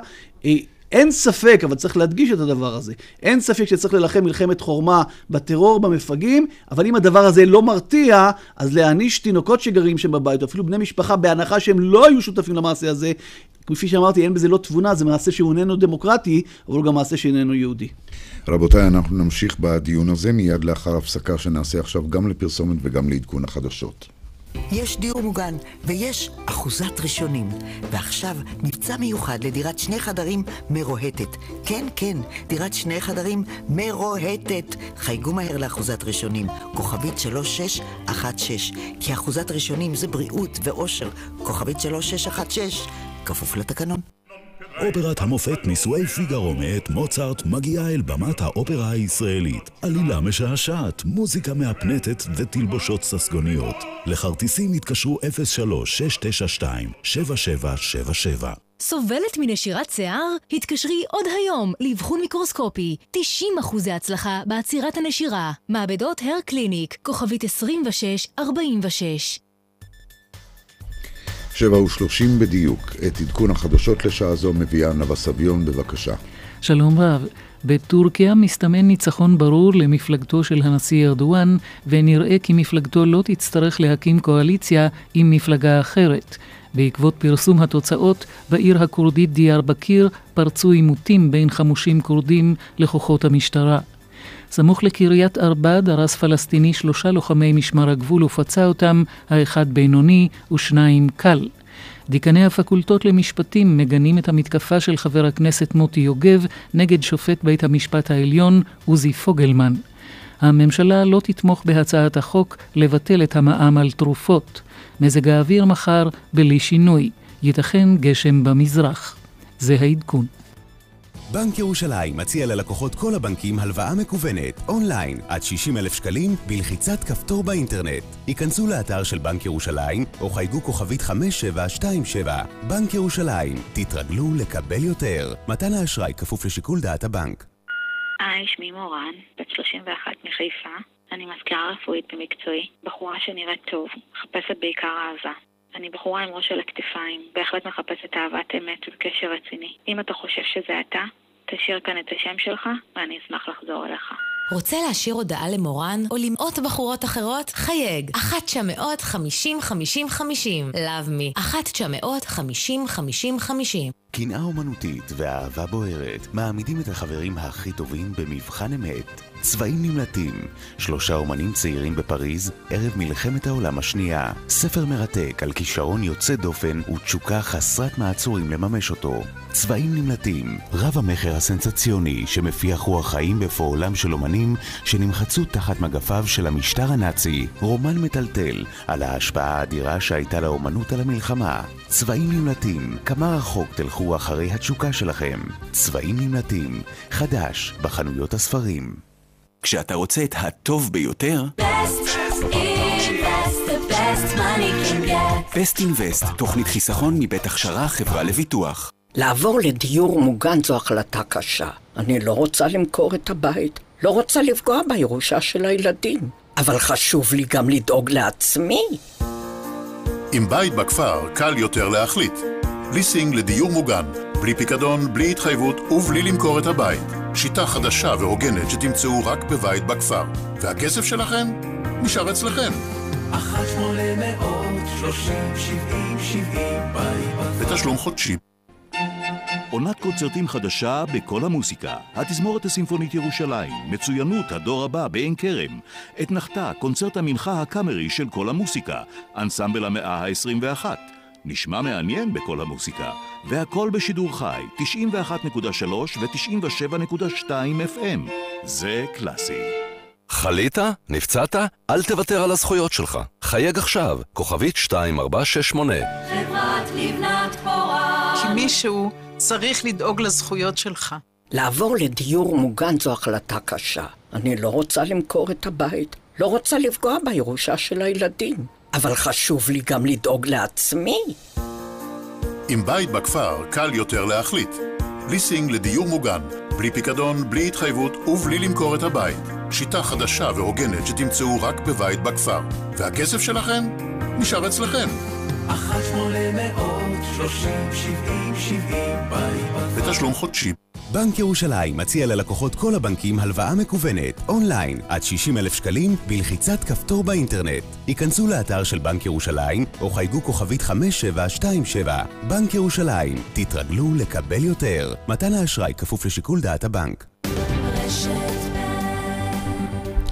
אין ספק, אבל צריך להדגיש את הדבר הזה, אין ספק שצריך ללחם מלחמת חורמה בטרור, במפגעים, אבל אם הדבר הזה לא מרתיע, אז להעניש תינוקות שגרים שם בבית, או אפילו בני משפחה, בהנחה שהם לא היו שותפים למעשה הזה, כפי שאמרתי, אין בזה לא תבונה, זה מעשה שהוא איננו דמוקרטי, אבל הוא גם מעשה שאיננו יהודי. רבותיי, אנחנו נמשיך בדיון הזה מיד לאחר הפסקה שנעשה עכשיו גם לפרסומת וגם לעדכון החדשות. יש דיור מוגן ויש אחוזת ראשונים. ועכשיו מבצע מיוחד לדירת שני חדרים מרוהטת. כן, כן, דירת שני חדרים מרוהטת. חייגו מהר לאחוזת ראשונים. כוכבית שלוש שש אחת שש. כי אחוזת ראשונים זה בריאות ואושר. כוכבית שלוש שש אחת שש. כפוף לתקנון. אופרת המופת נישואי פיגארו מאת מוצרט מגיעה אל במת האופרה הישראלית. עלילה משעשעת, מוזיקה מהפנטת ותלבושות ססגוניות. לכרטיסים התקשרו אפס שלוש שש תשע שתיים שבע שבע שבע שבע. סובלת מנשירת שיער? התקשרי עוד היום לאבחון מיקרוסקופי. תשעים אחוז הצלחה בעצירת הנשירה. מעבדות הר קליניק, כוכבית עשרים ושש ארבעים ושש. שבע ושלושים בדיוק. את עדכון החדשות לשעה זו מביאה נווה סביון, בבקשה. שלום רב. בטורקיה מסתמן ניצחון ברור למפלגתו של הנשיא ארדואן, ונראה כי מפלגתו לא תצטרך להקים קואליציה עם מפלגה אחרת. בעקבות פרסום התוצאות, בעיר הקורדית דיארבקיר פרצו עימותים בין חמושים קורדים לכוחות המשטרה. סמוך לקריית ארבע דרס פלסטיני שלושה לוחמי משמר הגבול ופצע אותם, האחד בינוני ושניים קל. דיקני הפקולטות למשפטים מגנים את המתקפה של חבר הכנסת מוטי יוגב נגד שופט בית המשפט העליון עוזי פוגלמן. הממשלה לא תתמוך בהצעת החוק לבטל את המע"מ על תרופות. מזג האוויר מחר בלי שינוי. ייתכן גשם במזרח. זה העדכון. בנק ירושלים מציע ללקוחות כל הבנקים הלוואה מקוונת, אונליין, עד שישים אלף שקלים, בלחיצת כפתור באינטרנט. היכנסו לאתר של בנק ירושלים, או חייגו כוכבית חמש שבע שתיים שבע. בנק ירושלים, תתרגלו לקבל יותר. מתן האשראי כפוף לשיקול דעת הבנק. היי, שמי מורן, בת שלושים ואחת מחיפה. אני מזכירה רפואית במקצועי, בחורה שנראית טוב, מחפשת בעיקר אהבה. אני בחורה עם ראש על הכתפיים, בהחלט מחפשת אהבת אמת וקשר רציני. אם אתה חושב שזה אתה, תשאיר כאן את השם שלך, ואני אשמח לחזור אליך. רוצה להשאיר הודעה למורן או למאות בחורות אחרות? חייג אחת תשע מאות חמישים חמישים חמישים. לאב מי אחת תשע מאות חמישים חמישים חמישים. קנאה אומנותית ואהבה בוערת מעמידים את החברים הכי טובים במבחן אמת. צבעים נמלטים, שלושה אומנים צעירים בפריז ערב מלחמת העולם השנייה. ספר מרתק על כישרון יוצא דופן ותשוקה חסרת מעצורים לממש אותו. צבעים נמלטים, רב המחר הסנסציוני שמפיח רוח חיים בפועלם של אומנים שנמחצו תחת מגפיו של המשטר הנאצי. רומן מטלטל על ההשפעה האדירה שהייתה לאומנות על המלחמה. צבעים נמלטים, כמה רחוק תלכו אחרי התשוקה שלכם. צבעים נמלטים, חדש בחנויות הספרים. כשאתה רוצה את הטוב ביותר, Best Invest, תוכנית חיסכון מבית הכשרה חברה לביטוח. לעבור לדיור מוגן זו החלטה קשה. אני לא רוצה למכור את הבית, לא רוצה לפגוע בירושה של הילדים, אבל חשוב לי גם לדאוג לעצמי. עם בית בכפר קל יותר להחליט. ליסינג לדיור מוגן, בלי פיקדון, בלי התחייבות ובלי למכור את הבית. שיטה חדשה והוגנת שתמצאו רק בבית בכפר. והכסף שלכם נשאר אצלכם. אחת שמונה מאות שלושים שבעים שבעים בית בתשלום חודשי. עונת קונצרטים חדשה בכל המוסיקה. התזמורת הסימפונית ירושלים, מצוינות הדור הבא בעין כרם. את נחתה קונצרט המנחה הקאמרי של כל המוסיקה, אנסמבל המאה ה-עשרים ואחת. נשמע מעניין בכל המוסיקה. והכל בשידור חי, תשעים ואחת נקודה שלוש ו-תשעים ושבע נקודה שתיים אף אם. זה קלאסי. חלית? נפצעת? אל תוותר על הזכויות שלך. חייג עכשיו, כוכבית שתיים ארבע שש שמונה. חברת לבנת פורן. כי מישהו צריך לדאוג לזכויות שלך. לעבור לדיור מוגן זו החלטה קשה. אני לא רוצה למכור את הבית, לא רוצה לפגוע בירושה של הילדים, אבל חשוב לי גם לדאוג לעצמי. עם בית בכפר קל יותר להחליט. ליסינג לדיור מוגן, בלי פיקדון, בלי התחייבות ובלי למכור את הבית. שיטה חדשה והוגנת שתמצאו רק בבית בכפר. והכסף שלכם נשאר אצלכם. אחת שמונה מאות שלושים שבעים שבעים בית בתשלום חודשי. בנק ירושלים מציע ללקוחות כל הבנקים הלוואה מקוונת, אונליין, עד שישים אלף שקלים, בלחיצת כפתור באינטרנט. היכנסו לאתר של בנק ירושלים, או חייגו כוכבית חמש שבע שתיים שבע. בנק ירושלים, תתרגלו לקבל יותר. מתן האשראי כפוף לשיקול דעת הבנק.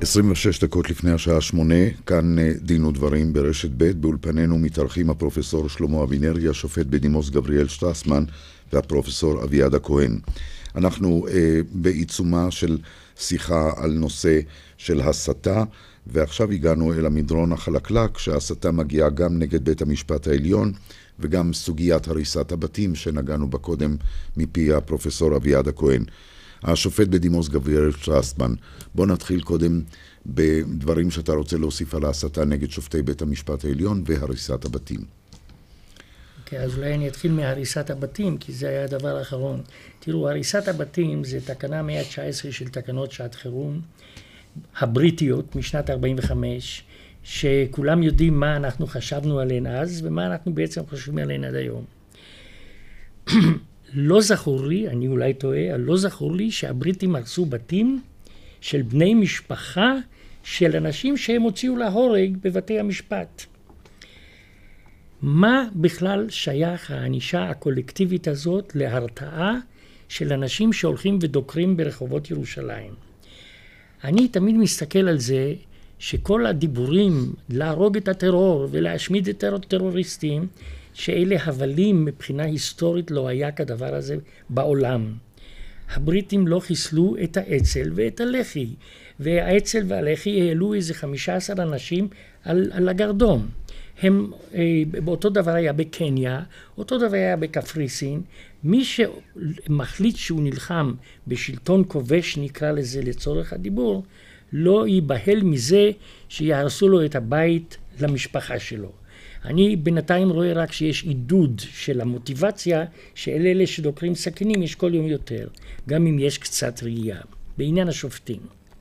עשרים ושש דקות לפני השעה שמונה, כאן דין ודברים ברשת ב'. באולפנינו מתארחים הפרופסור שלמה אבינרי, השופט בדימוס גבריאל שטרסמן והפרופסור אביעד הכהן. אנחנו אה, בעיצומה של שיחה על נושא של הסתה, ועכשיו הגענו אל המדרון החלקלק, שההסתה מגיעה גם נגד בית המשפט העליון, וגם סוגיית הריסת הבתים שנגענו בה קודם מפי הפרופסור אביעד הכהן. השופט בדימוס גבריאל שטרסמן, בוא נתחיל קודם בדברים שאתה רוצה להוסיף על ההסתה נגד שופטי בית המשפט העליון והריסת הבתים. אוקיי, אז אולי אני אתחיל מהריסת הבתים, כי זה היה הדבר האחרון. תראו, הריסת הבתים זה תקנה מאה תשע עשרה של תקנות שעת חירום, הבריטיות משנת ארבעים וחמש, שכולם יודעים מה אנחנו חשבנו עליהן אז, ומה אנחנו בעצם חושבים עליהן עד היום. לא זכור לי, אני אולי טועה, לא זכור לי שהבריטים הרסו בתים של בני משפחה של אנשים שהם הוציאו להורג בבתי המשפט. מה בכלל שייך הענישה הקולקטיבית הזאת להרתעה של אנשים שהולכים ודוקרים ברחובות ירושלים? אני תמיד מסתכל על זה שכל הדיבורים להרוג את הטרור ולהשמיד את הטרוריסטים, שאלה הבלים מבחינה היסטורית לא היה כדבר הזה בעולם. הבריטים לא חיסלו את האצ"ל ואת הלח"י, והאצ"ל והלח"י העלו איזה חמישה עשר אנשים על, על הגרדום. הם, באותו דבר היה בקניה, אותו דבר היה בקפריסין. מי שמחליט שהוא נלחם בשלטון כובש, נקרא לזה לצורך הדיבור, לא ייבהל מזה שיהרסו לו את הבית למשפחה שלו. אני בינתיים רואה רק שיש עידוד של המוטיבציה של אלה שדוקרים סכינים, יש כל יום יותר, גם אם יש קצת ראייה. בעניין השופטים.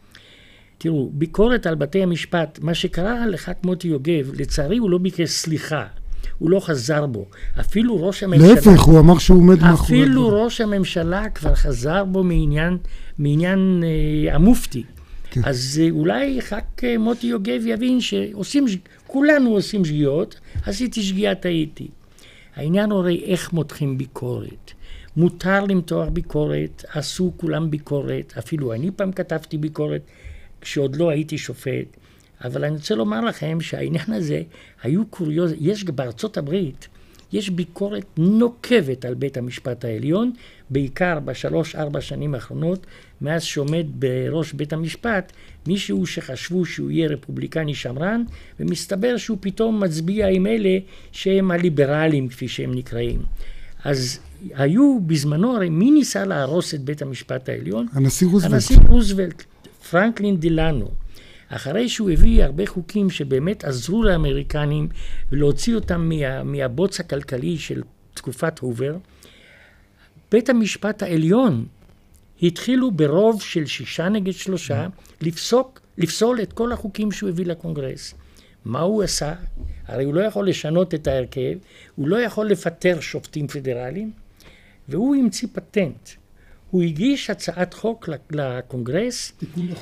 תראו, ביקורת על בתי המשפט, מה שקרה לח"כ מוטי יוגב, לצערי הוא לא ביקש סליחה, הוא לא חזר בו. אפילו ראש הממשלה... להפך, הוא אמר שהוא עומד מאחורי. אפילו ראש הממשלה כבר חזר בו מעניין, מעניין אה, המופתי. כן. אז אה, אולי ח"כ מוטי יוגב יבין שעושים, כולנו עושים שגיאות, עשיתי שגיאה, טעיתי. העניין הרי איך מותחים ביקורת. מותר למתוח ביקורת, עשו כולם ביקורת, אפילו אני פעם כתבתי ביקורת, כשעוד לא הייתי שופט, אבל אני רוצה לומר לכם שהעניין הזה היו קוריוז, יש בארצות הברית, יש ביקורת נוקבת על בית המשפט העליון, בעיקר בשלוש ארבע שנים האחרונות, מאז שעומד בראש בית המשפט, מישהו שחשבו שהוא יהיה רפובליקני שמרן, ומסתבר שהוא פתאום מצביע עם אלה שהם הליברלים כפי שהם נקראים. אז היו בזמנו, הרי מי ניסה להרוס את בית המשפט העליון? הנשיא רוזוולט. הנשיא רוזוולט. פרנקלין דילאנו, אחרי שהוא הביא הרבה חוקים שבאמת עזרו לאמריקנים ולהוציא אותם מה, מהבוץ הכלכלי של תקופת הובר, בית המשפט העליון התחילו ברוב של שישה נגד שלושה לפסוק, לפסול את כל החוקים שהוא הביא לקונגרס. מה הוא עשה? הרי הוא לא יכול לשנות את ההרכב, הוא לא יכול לפטר שופטים פדרליים, והוא המציא פטנט. הוא הגיש הצעת חוק לקונגרס,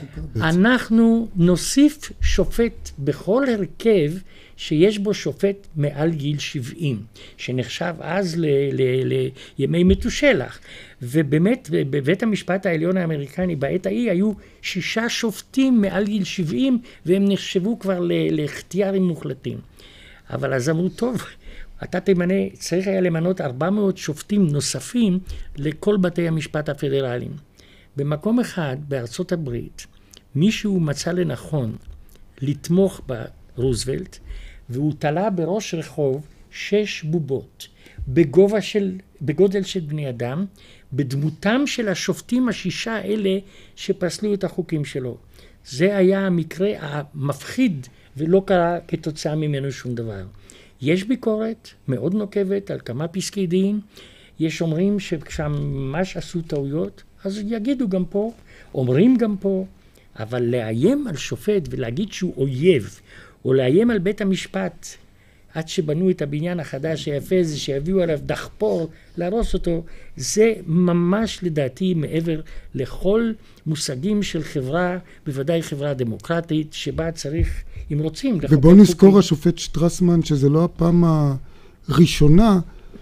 אנחנו נוסיף שופט בכל הרכב שיש בו שופט מעל גיל שבעים, שנחשב אז ל- ל- לימי מתושלח. ובאמת בבית המשפט העליון האמריקני בעת ההיא היו שישה שופטים מעל גיל שבעים, והם נחשבו כבר לאכתיארים מוחלטים. אבל אז אמרו, טוב, אתה תמנה, צריך היה למנות ארבע מאות שופטים נוספים לכל בתי המשפט הפדרליים. במקום אחד, בארצות הברית, מישהו מצא לנכון לתמוך ברוזוולט, והוא תלה בראש רחוב שש בובות, בגובה של, בגודל של בני אדם, בדמותם של השופטים השישה האלה שפסלו את החוקים שלו. זה היה המקרה המפחיד, ולא קרה כתוצאה ממנו שום דבר. יש ביקורת מאוד נוקבת על כמה פסקי דין, יש אומרים שכשממש עשו טעויות, אז יגידו גם פה, אומרים גם פה, אבל לאיים על שופט ולהגיד שהוא אויב, או לאיים על בית המשפט, עד שבנו את הבניין החדש היפה הזה, שיביאו עליו דחפור, להרוס אותו, זה ממש לדעתי מעבר לכל מושגים של חברה, בוודאי חברה דמוקרטית, שבה צריך, אם רוצים, ובוא נזכור השופט שטרסמן, שזה לא הפעם הראשונה,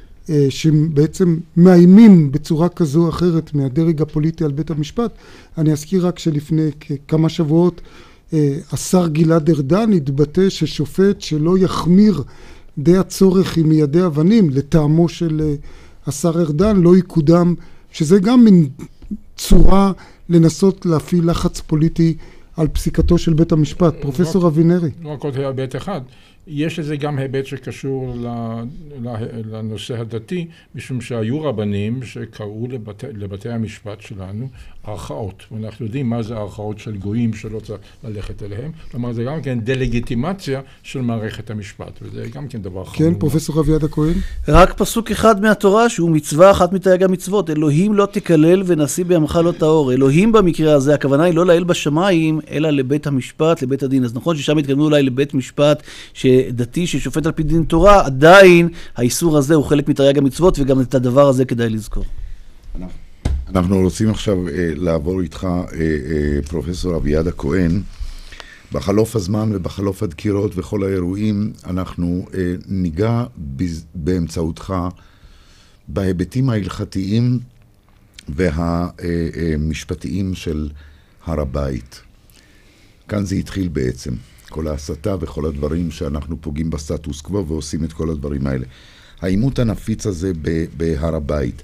שבעצם מאיימים בצורה כזו או אחרת מהדרג הפוליטי על בית המשפט. אני אזכיר רק שלפני כמה שבועות השר גלעד ארדן התבטא ששופט שלא יחמיר די הצורך עם מיידי אבנים לטעמו של השר ארדן לא יקודם, שזה גם מין צורה לנסות להפעיל לחץ פוליטי על פסיקתו של בית המשפט. פרופסור אבינרי. לא רק עוד היבט אחד. יש לזה גם היבט שקשור לנושא הדתי, משום שהיו רבנים שקראו לבתי, לבתי המשפט שלנו ערכאות. ואנחנו יודעים מה זה ערכאות של גויים שלא צריך ללכת אליהם. כלומר, זה גם כן דלגיטימציה של מערכת המשפט, וזה גם כן דבר חמור. כן, פרופסור אביעד הכהן. רק פסוק אחד מהתורה שהוא מצווה אחת מתרי"ג המצוות. אלוהים לא תקלל ונשיא בעמך לא טהור. אלוהים במקרה הזה, הכוונה היא לא לאל בשמיים, אלא לבית המשפט, לבית הדין. אז נכון ששם התכוונו אולי לבית משפט שדתי ששופט על פי דין תורה, עדיין האיסור הזה הוא חלק מתרי"ג המצוות, וגם את הדבר הזה כדאי לזכור. אנחנו רוצים עכשיו אה, לעבור איתך, אה, אה, פרופסור אביעד הכהן. בחלוף הזמן ובחלוף הדקירות וכל האירועים, אנחנו אה, ניגע בז... באמצעותך בהיבטים ההלכתיים והמשפטיים של הר הבית. כאן זה התחיל בעצם, כל ההסתה וכל הדברים שאנחנו פוגעים בסטטוס קוו ועושים את כל הדברים האלה. העימות הנפיץ הזה בהר הבית,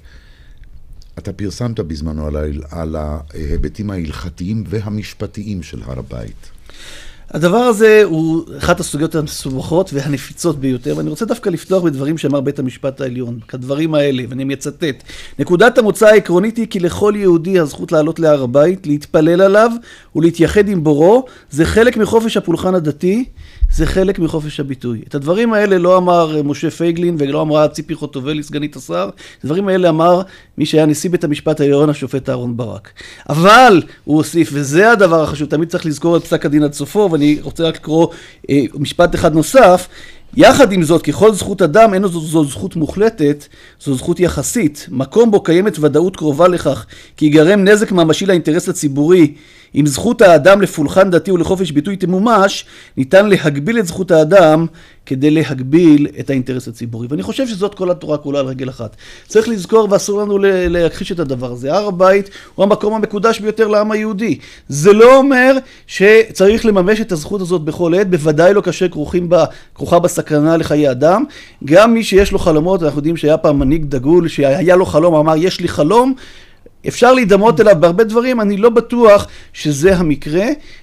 אתה פרסמת בזמנו על, על ההיבטים ההלכתיים והמשפטיים של הר הבית. הדבר הזה הוא אחת הסוגיות המסובכות והנפיצות ביותר, ואני רוצה דווקא לפתוח בדברים שאמר בית המשפט העליון, כדברים האלה, ואני מצטט. נקודת המוצא העקרונית היא כי לכל יהודי הזכות לעלות להר הבית, להתפלל עליו ולהתייחד עם בורו, זה חלק מחופש הפולחן הדתי, זה חלק מחופש הביטוי. את הדברים האלה לא אמר משה פייגלין ולא אמרה ציפי חוטובלי, סגנית השר, הדברים האלה אמר מי שהיה נשיא בית המשפט העליון, השופט אהרן ברק. אבל הוא הוסיף, וזה הדבר החשוב, תמיד צריך לזכור את פסק הדין עד סופו, ואני רוצה רק לקרוא אה, משפט אחד נוסף, יחד עם זאת, ככל זכות אדם, אין זו, זו זכות מוחלטת, זו זכות יחסית. מקום בו קיימת ודאות קרובה לכך, כי ייגרם נזק ממשי לאינטרס הציבורי. אם זכות האדם לפולחן דתי ולחופש ביטוי תמומש, ניתן להגביל את זכות האדם כדי להגביל את האינטרס הציבורי. ואני חושב שזאת כל התורה כולה על רגל אחת. צריך לזכור ואסור לנו להכחיש את הדבר הזה. הר הבית הוא המקום המקודש ביותר לעם היהודי. זה לא אומר שצריך לממש את הזכות הזאת בכל עת, בוודאי לא כאשר בה, כרוכה בסכנה לחיי אדם. גם מי שיש לו חלומות, אנחנו יודעים שהיה פעם מנהיג דגול שהיה לו חלום, אמר יש לי חלום, אפשר להידמות אליו בהרבה דברים, אני לא בטוח שזה המקרה.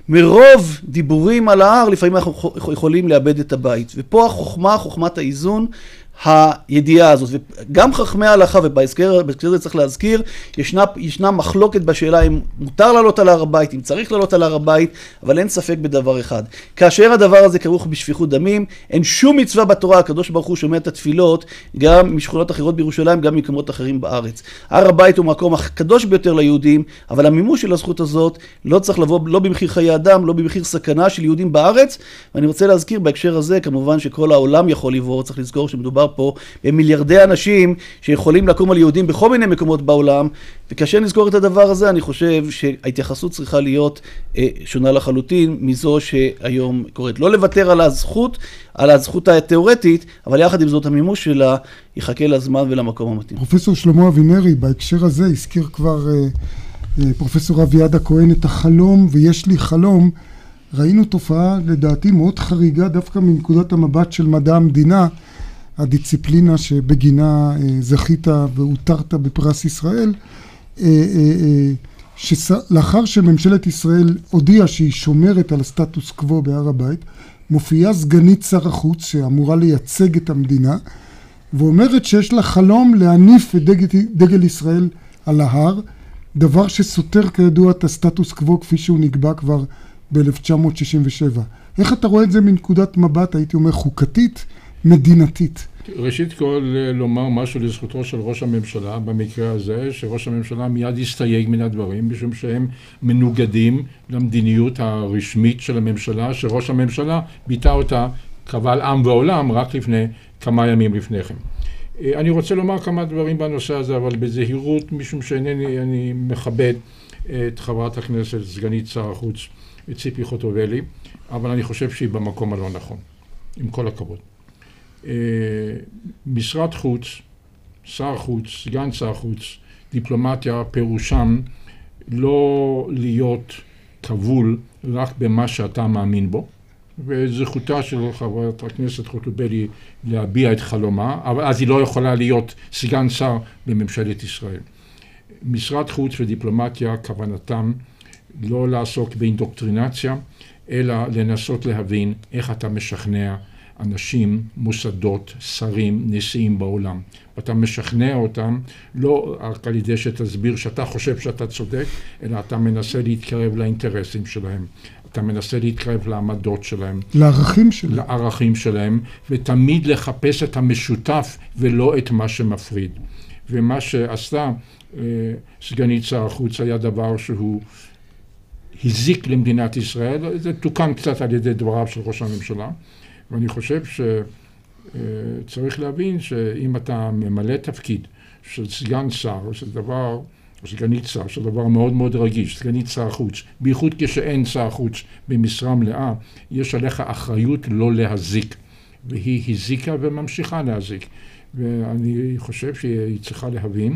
מרוב דיבורים על ההר, לפעמים אנחנו יכולים לאבד את הבית. ופה החוכמה, חוכמת האיזון, הידיעה הזאת. וגם חכמי ההלכה, ובהזכר הזה צריך להזכיר, ישנה, ישנה מחלוקת בשאלה אם מותר לעלות על הר הבית, אם צריך לעלות על הר הבית, אבל אין ספק בדבר אחד. כאשר הדבר הזה כרוך בשפיכות דמים, אין שום מצווה בתורה, הקדוש ברוך הוא שומע את התפילות, גם משכונות אחרות בירושלים, גם ממקומות אחרים בארץ. הר הבית הוא מקום הקדוש ביותר ליהודים, אבל המימוש של הזכות הזאת לא צריך לבוא לא במחיר חיי אדם, לא במחיר סכנה של יהודים בארץ. ואני רוצה להזכיר בהקשר הזה, כמובן שכל העולם יכול לבוא, צריך לזכור שמדובר פה במיליארדי אנשים שיכולים לקום על יהודים בכל מיני מקומות בעולם, וכאשר נזכור את הדבר הזה, אני חושב שההתייחסות צריכה להיות אה, שונה לחלוטין מזו שהיום קוראת. לא לוותר על הזכות, על הזכות התיאורטית, אבל יחד עם זאת המימוש שלה יחכה לזמן ולמקום המתאים. פרופסור שלמה אבינרי, בהקשר הזה הזכיר כבר אה, אה, פרופסור אביעד הכהן את החלום, ויש לי חלום. ראינו תופעה לדעתי מאוד חריגה דווקא מנקודת המבט של מדע המדינה, הדיציפלינה שבגינה זכית והותרת בפרס ישראל, שלאחר שממשלת ישראל הודיעה שהיא שומרת על הסטטוס קוו בהר הבית, מופיעה סגנית שר החוץ שאמורה לייצג את המדינה, ואומרת שיש לה חלום להניף את דגל, דגל ישראל על ההר, דבר שסותר כידוע את הסטטוס קוו כפי שהוא נקבע כבר ב-אלף תשע מאות שישים ושבע. איך אתה רואה את זה מנקודת מבט, הייתי אומר, חוקתית, מדינתית? ראשית כל לומר משהו לזכותו של ראש הממשלה במקרה הזה, שראש הממשלה מיד הסתייג מן הדברים, משום שהם מנוגדים למדיניות הרשמית של הממשלה, שראש הממשלה ביטא אותה קבל עם ועולם רק לפני כמה ימים לפני כן. אני רוצה לומר כמה דברים בנושא הזה, אבל בזהירות, משום שאינני אני מכבד את חברת הכנסת סגנית שר החוץ ציפי חוטובלי, אבל אני חושב שהיא במקום הלא נכון, עם כל הכבוד. משרד חוץ, שר חוץ, סגן שר חוץ, דיפלומטיה, פירושם לא להיות כבול רק במה שאתה מאמין בו, וזכותה של חברת הכנסת חוטובלי להביע את חלומה, אבל אז היא לא יכולה להיות סגן שר בממשלת ישראל. משרד חוץ ודיפלומטיה, כוונתם לא לעסוק באינדוקטרינציה, אלא לנסות להבין איך אתה משכנע אנשים, מוסדות, שרים, נשיאים בעולם. ואתה משכנע אותם לא רק על ידי שתסביר שאתה חושב שאתה צודק, אלא אתה מנסה להתקרב לאינטרסים שלהם. אתה מנסה להתקרב לעמדות שלהם. לערכים שלהם. לערכים שלהם, ותמיד לחפש את המשותף ולא את מה שמפריד. ומה שעשתה אה, סגנית שר החוץ היה דבר שהוא הזיק למדינת ישראל. זה תוקן קצת על ידי דבריו של ראש הממשלה. ואני חושב שצריך להבין שאם אתה ממלא תפקיד של סגן שר, של דבר, או סגנית שר, של דבר מאוד מאוד רגיש, סגנית שר חוץ, בייחוד כשאין שר חוץ במשרה מלאה, יש עליך אחריות לא להזיק. והיא הזיקה וממשיכה להזיק. ואני חושב שהיא צריכה להבין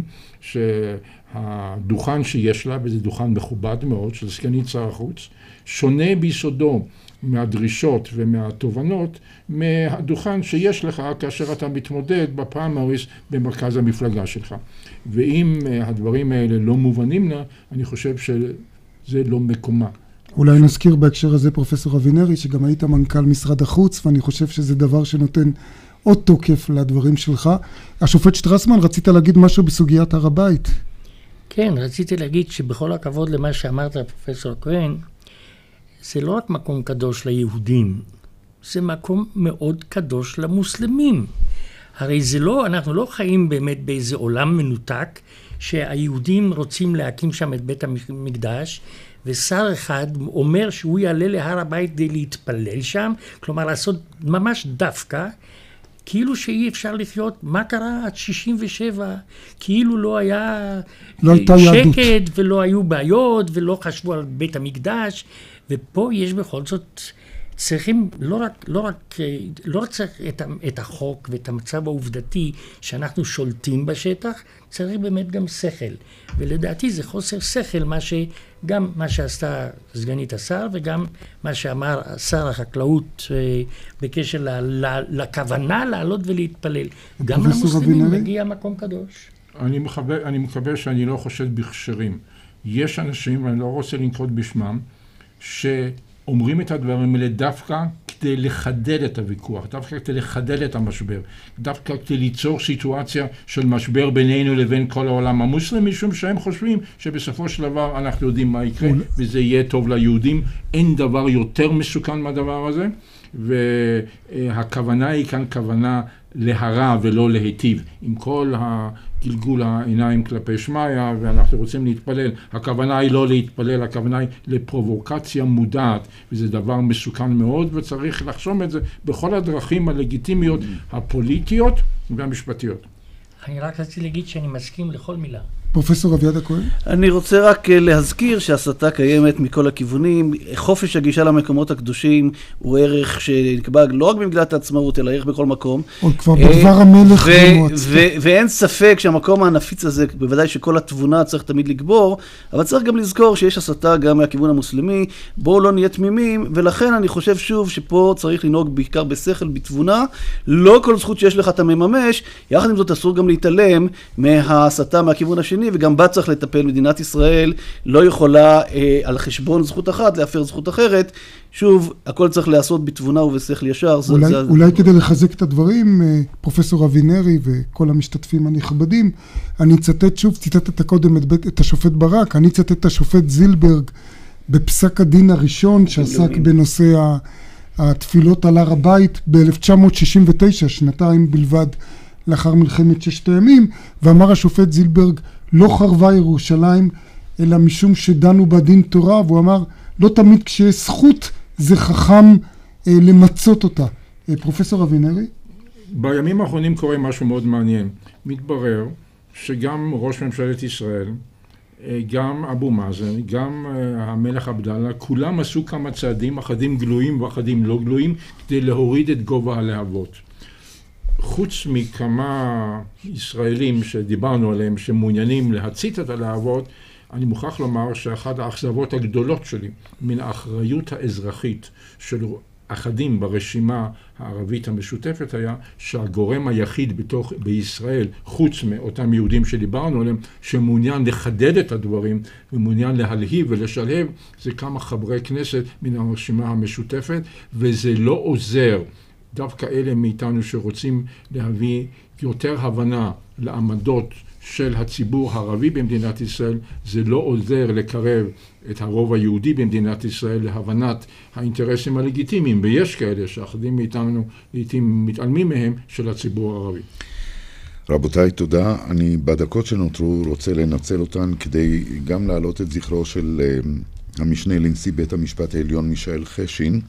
שהדוכן שיש לה, וזה דוכן מכובד מאוד של סגנית שר החוץ, שונה ביסודו מהדרישות ומהתובנות מהדוכן שיש לך כאשר אתה מתמודד בפריימריז במרכז המפלגה שלך. ואם הדברים האלה לא מובנים לה, אני חושב שזה לא מקומה. אולי נזכיר בהקשר הזה פרופסור אבינרי, שגם היית מנכ"ל משרד החוץ, ואני חושב שזה דבר שנותן עוד תוקף לדברים שלך. השופט שטרסמן, רצית להגיד משהו בסוגיית הר הבית? כן, רציתי להגיד שבכל הכבוד למה שאמרת, פרופסור כהן, זה לא רק מקום קדוש ליהודים, זה מקום מאוד קדוש למוסלמים. הרי זה לא, אנחנו לא חיים באמת באיזה עולם מנותק, שהיהודים רוצים להקים שם את בית המקדש, ושר אחד אומר שהוא יעלה להר הבית כדי להתפלל שם, כלומר לעשות ממש דווקא, כאילו שאי אפשר לחיות, מה קרה עד שישים ושבע, כאילו לא היה לא שקט ולא היו בעיות ולא חשבו על בית המקדש, ופה יש בכל זאת, צריכים לא רק, לא רק, לא רק צריך את, את החוק ואת המצב העובדתי שאנחנו שולטים בשטח, צריך באמת גם שכל. ולדעתי זה חוסר שכל, מה שגם מה שעשתה סגנית השר וגם מה שאמר שר החקלאות בקשר ל, ל, לכוונה לעלות ולהתפלל. גם למוסלמים מגיע מקום קדוש. אני מקווה, אני מקווה שאני לא חושד בכשרים. יש אנשים, ואני לא רוצה לנקוט בשמם, שאומרים את הדברים האלה דווקא כדי לחדד את הוויכוח, דווקא כדי לחדד את המשבר, דווקא כדי ליצור סיטואציה של משבר בינינו לבין כל העולם המוסלמי, משום שהם חושבים שבסופו של דבר אנחנו יודעים מה יקרה, וזה יהיה טוב ליהודים. אין דבר יותר מסוכן מהדבר הזה, והכוונה היא כאן כוונה להרע ולא להיטיב. עם כל הגלגול העיניים כלפי שמיה, ואנחנו רוצים להתפלל, הכוונה היא לא להתפלל, הכוונה היא לפרובוקציה מודעת, וזה דבר מסוכן מאוד, וצריך לחשוב את זה בכל הדרכים הלגיטימיות, הפוליטיות והמשפטיות. אני רק רציתי להגיד שאני מסכים לכל מילה. פרופסור אביעד הכהן? אני רוצה רק להזכיר שהסתה קיימת מכל הכיוונים. חופש הגישה למקומות הקדושים הוא ערך שנקבע לא רק במגילת העצמאות, אלא ערך בכל מקום. עוד כבר בדבר המלך. ואין ספק שהמקום הנפיץ הזה, בוודאי שכל התבונה צריך תמיד לגבור, אבל צריך גם לזכור שיש הסתה גם מהכיוון המוסלמי. בואו לא נהיה תמימים, ולכן אני חושב שוב שפה צריך לנהוג בעיקר בשכל, בתבונה. לא כל זכות שיש לך אתה מממש, יחד עם זאת אסור גם להתעלם מההסתה מהכיוון השני, וגם בה צריך לטפל. מדינת ישראל לא יכולה אה, על חשבון זכות אחת להפר זכות אחרת. שוב, הכל צריך לעשות בתבונה ובשכל ישר. אולי, זה, אולי כדי לחזק את הדברים, פרופסור אבינרי וכל המשתתפים הנכבדים, אני אצטט שוב, ציטטת קודם את, את השופט ברק, אני אצטט את השופט זילברג בפסק הדין הראשון שעסק בנושא התפילות על הר הבית ב-אלף תשע מאות שישים ותשע, שנתיים בלבד לאחר מלחמת ששת הימים, ואמר השופט זילברג, לא חרבה ירושלים, אלא משום שדנו בדין תורה, והוא אמר, לא תמיד כשיש זכות, זה חכם אה, למצות אותה. אה, פרופסור אבינרי? בימים האחרונים קורה משהו מאוד מעניין. מתברר שגם ראש ממשלת ישראל, אה, גם אבו מאזן, גם אה, המלך עבדאללה, כולם עשו כמה צעדים, אחדים גלויים ואחדים לא גלויים, כדי להוריד את גובה הלהבות. חוץ מכמה ישראלים שדיברנו עליהם שמעוניינים להצית את הלהבות, אני מוכרח לומר שאחת האכזבות הגדולות שלי מן האחריות האזרחית של אחדים ברשימה הערבית המשותפת היה שהגורם היחיד בתוך, בישראל, חוץ מאותם יהודים שדיברנו עליהם, שמעוניין לחדד את הדברים ומעוניין להלהיב ולשלהב, זה כמה חברי כנסת מן הרשימה המשותפת, וזה לא עוזר. דווקא אלה מאיתנו שרוצים להביא יותר הבנה לעמדות של הציבור הערבי במדינת ישראל, זה לא עוזר לקרב את הרוב היהודי במדינת ישראל להבנת האינטרסים הלגיטימיים, ויש כאלה שאחדים מאיתנו לעתים מתעלמים מהם, של הציבור הערבי. רבותיי, תודה. אני בדקות שנותרו רוצה לנצל אותן כדי גם להעלות את זכרו של uh, המשנה לנשיא בית המשפט העליון מישאל חשין,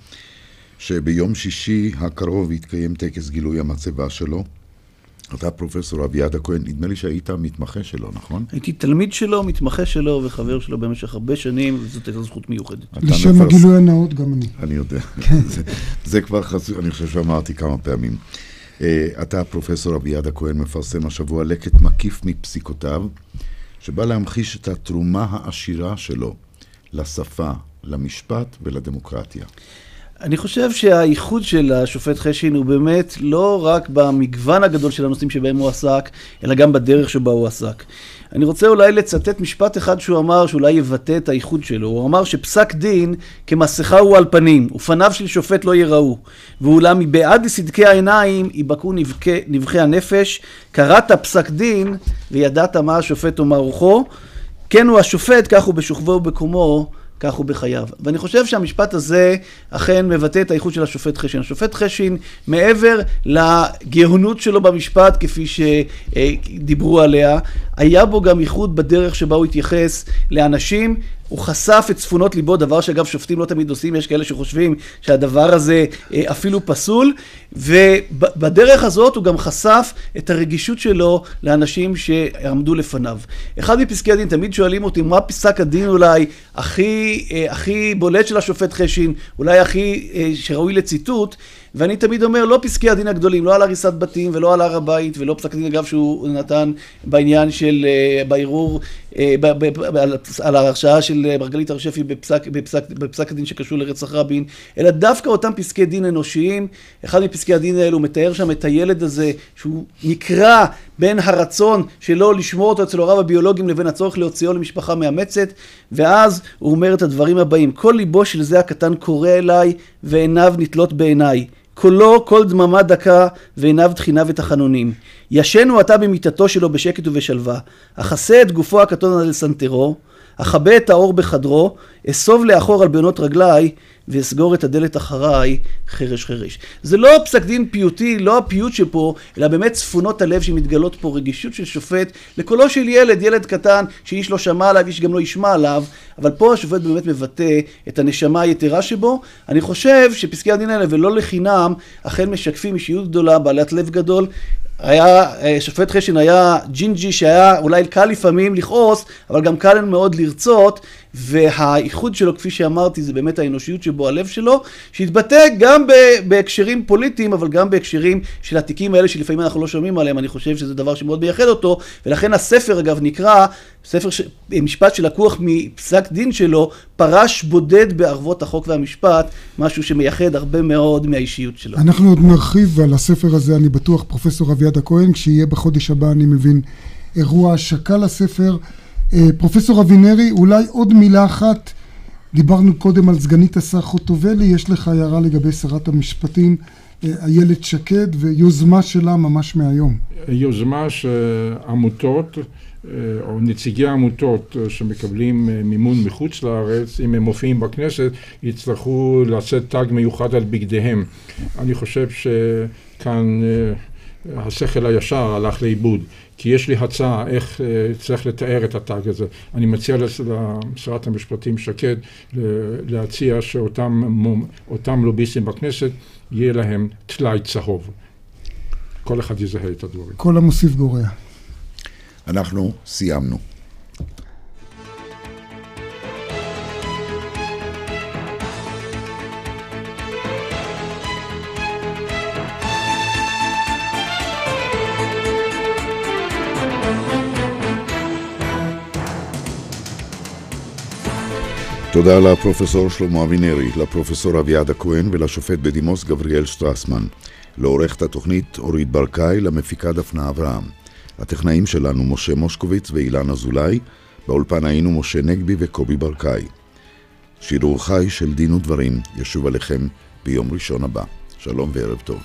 שביום שישי הקרוב יתקיים טקס גילוי המצבה שלו. אתה פרופסור אביעד הכהן, נדמה לי שהיית מתמחה שלו, נכון? הייתי תלמיד שלו, מתמחה שלו וחבר שלו במשך הרבה שנים, וזאת הייתה זכות מיוחדת. לשם הגילוי הנאות גם אני. אני יודע. זה, זה כבר חשוב, אני חושב שאמרתי כמה פעמים. אתה פרופסור אביעד הכהן מפרסם השבוע לקט מקיף מפסיקותיו, שבא להמחיש את התרומה העשירה שלו לשפה, למשפט ולדמוקרטיה. אני חושב שהייחוד של השופט חשין הוא באמת לא רק במגוון הגדול של הנושאים שבהם הוא עסק, אלא גם בדרך שבה הוא עסק. אני רוצה אולי לצטט משפט אחד שהוא אמר, שאולי יבטא את הייחוד שלו. הוא אמר שפסק דין כמסכה הוא על פנים, ופניו של שופט לא יראו. ואולם מבעד לסדקי העיניים ייבקעו נבחי הנפש, קראת פסק דין וידעת מה השופט ומה רוחו. כן הוא השופט, כך הוא בשוכבו ובקומו, כך הוא בחייו. ואני חושב שהמשפט הזה אכן מבטא את הייחוד של השופט חשין. השופט חשין, מעבר לגאונות שלו במשפט, כפי שדיברו עליה, היה בו גם ייחוד בדרך שבה הוא התייחס לאנשים. הוא חשף את צפונות ליבו, דבר שאגב שופטים לא תמיד עושים, יש כאלה שחושבים שהדבר הזה אפילו פסול, ובדרך הזאת הוא גם חשף את הרגישות שלו לאנשים שעמדו לפניו. אחד מפסקי הדין, תמיד שואלים אותי, מה פסק הדין אולי הכי, הכי בולט של השופט חשין, אולי הכי שראוי לציטוט, ואני תמיד אומר, לא פסקי הדין הגדולים, לא על הריסת בתים ולא על הר הבית, ולא פסק הדין אגב שהוא נתן בעניין של, בערעור, על ההרשעה של מרגלית הר-שפי בפסק, בפסק, בפסק הדין שקשור לרצח רבין, אלא דווקא אותם פסקי דין אנושיים. אחד מפסקי הדין האלו הוא מתאר שם את הילד הזה, שהוא נקרא בין הרצון שלו לשמור אותו אצל הוריו הביולוגיים לבין הצורך להוציאו למשפחה מאמצת, ואז הוא אומר את הדברים הבאים: כל ליבו של זה הקטן קורא אליי ועיניו נתלות בעיניי, קולו כל דממה דקה ועיניו תחינה ותחנונים. ישנו אתה במיטתו שלו בשקט ובשלווה, אחסה את גופו הקטון על סנטרו, אחבה את האור בחדרו, אסוב לאחור על בנות רגליי, ואסגור את הדלת אחריי חרש חרש. זה לא פסק דין פיוטי, לא הפיוט שפה, אלא באמת צפונות הלב שמתגלות פה, רגישות של שופט לקולו של ילד, ילד קטן שאיש לא שמע עליו, איש גם לא ישמע עליו, אבל פה השופט באמת מבטא את הנשמה היתרה שבו. אני חושב שפסקי הדין האלה ולא לחינם אכן משקפים אישיות גדולה, בעלת לב גדול. היה, שופט חשין היה ג'ינג'י שהיה אולי קל לפעמים לכעוס, אבל גם קל מאוד לרצות, והאיחוד שלו, כפי שאמרתי, זה באמת האנושיות שבו הלב שלו, שהתבטא גם בהקשרים פוליטיים, אבל גם בהקשרים של התיקים האלה שלפעמים אנחנו לא שומעים עליהם. אני חושב שזה דבר שמאוד מייחד אותו, ולכן הספר אגב נקרא, ספר ש... משפט שלקוח מפסק דין שלו, פרש בודד בערבות החוק והמשפט, משהו שמייחד הרבה מאוד מהאישיות שלו. אנחנו עוד נרחיב על הספר הזה, אני בטוח, פרופסור אביעד הכהן, כשיהיה בחודש הבא, אני מבין, אירוע השקה לספר. פרופסור אבינרי, אולי עוד מילה אחת, דיברנו קודם על סגנית השר חוטובלי, יש לך הערה לגבי שרת המשפטים, איילת שקד, ויוזמה שלה ממש מהיום. יוזמה שעמותות, או נציגי העמותות שמקבלים מימון מחוץ לארץ, אם הם מופיעים בכנסת, יצטרכו לעשות תג מיוחד על בגדיהם. אני חושב שכאן השכל הישר הלך לאיבוד, כי יש לי הצעה איך צריך לתאר את התג הזה. אני מציע לשרת המשפטים שקד להציע שאותם לוביסטים בכנסת יהיה להם טלאי צהוב. כל אחד יזהה את הדברים. כל המוסיף גורע. אנחנו סיימנו. תודה לפרופסור שלמה אבינרי, לפרופסור אביעד הכהן ולשופט בדימוס גבריאל שטרסמן. לעורכת התוכנית אורית ברקאי, למפיקה דפנה אברהם. הטכנאים שלנו משה מושקוביץ ואילן אזולאי, באולפן היינו משה נגבי וקובי ברקאי. שידור חי של דין ודברים ישוב עליכם ביום ראשון הבא. שלום וערב טוב.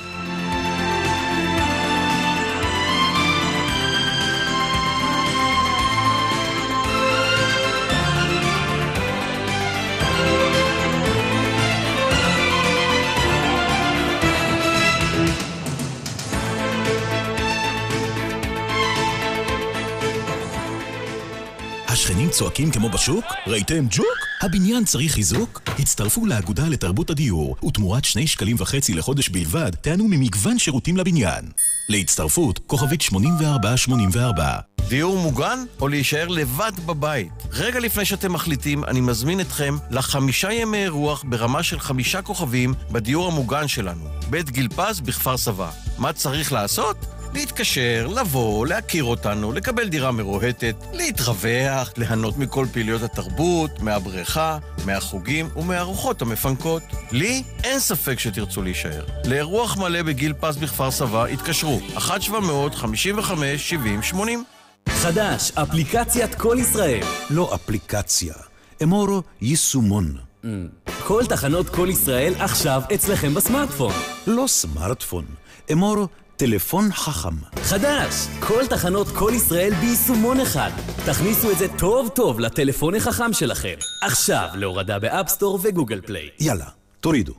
השכנים צועקים כמו בשוק? ראיתם ג'וק? הבניין צריך חיזוק? הצטרפו לאגודה לתרבות הדיור, ותמורת שני שקלים וחצי לחודש בלבד, תענו ממגוון שירותים לבניין. להצטרפות, כוכבית שמונים וארבע שמונים וארבע. דיור מוגן או להישאר לבד בבית? רגע לפני שאתם מחליטים, אני מזמין אתכם לחמישה ימי רוח ברמה של חמישה כוכבים בדיור המוגן שלנו, בית גיל פז בכפר סבא. מה צריך לעשות? להתקשר, לבוא, להכיר אותנו, לקבל דירה מרוהטת, להתרווח, ליהנות מכל פעילויות התרבות, מהבריכה, מהחוגים ומהארוחות המפנקות. לי אין ספק שתרצו להישאר. לאירוח מלא בגיל פז בכפר סבא התקשרו אחת שבע מאות חמישים וחמש שבעים שמונים. חדש, אפליקציית כל ישראל. לא אפליקציה, אמור יישומון. Mm. כל תחנות כל ישראל עכשיו אצלכם בסמארטפון. לא סמארטפון, אמור טלפון חכם. חדש, כל תחנות כל ישראל ביישומון אחד. תכניסו את זה טוב טוב לטלפון החכם שלכם. עכשיו להורדה באפסטור וגוגל פליי. יאללה, תורידו.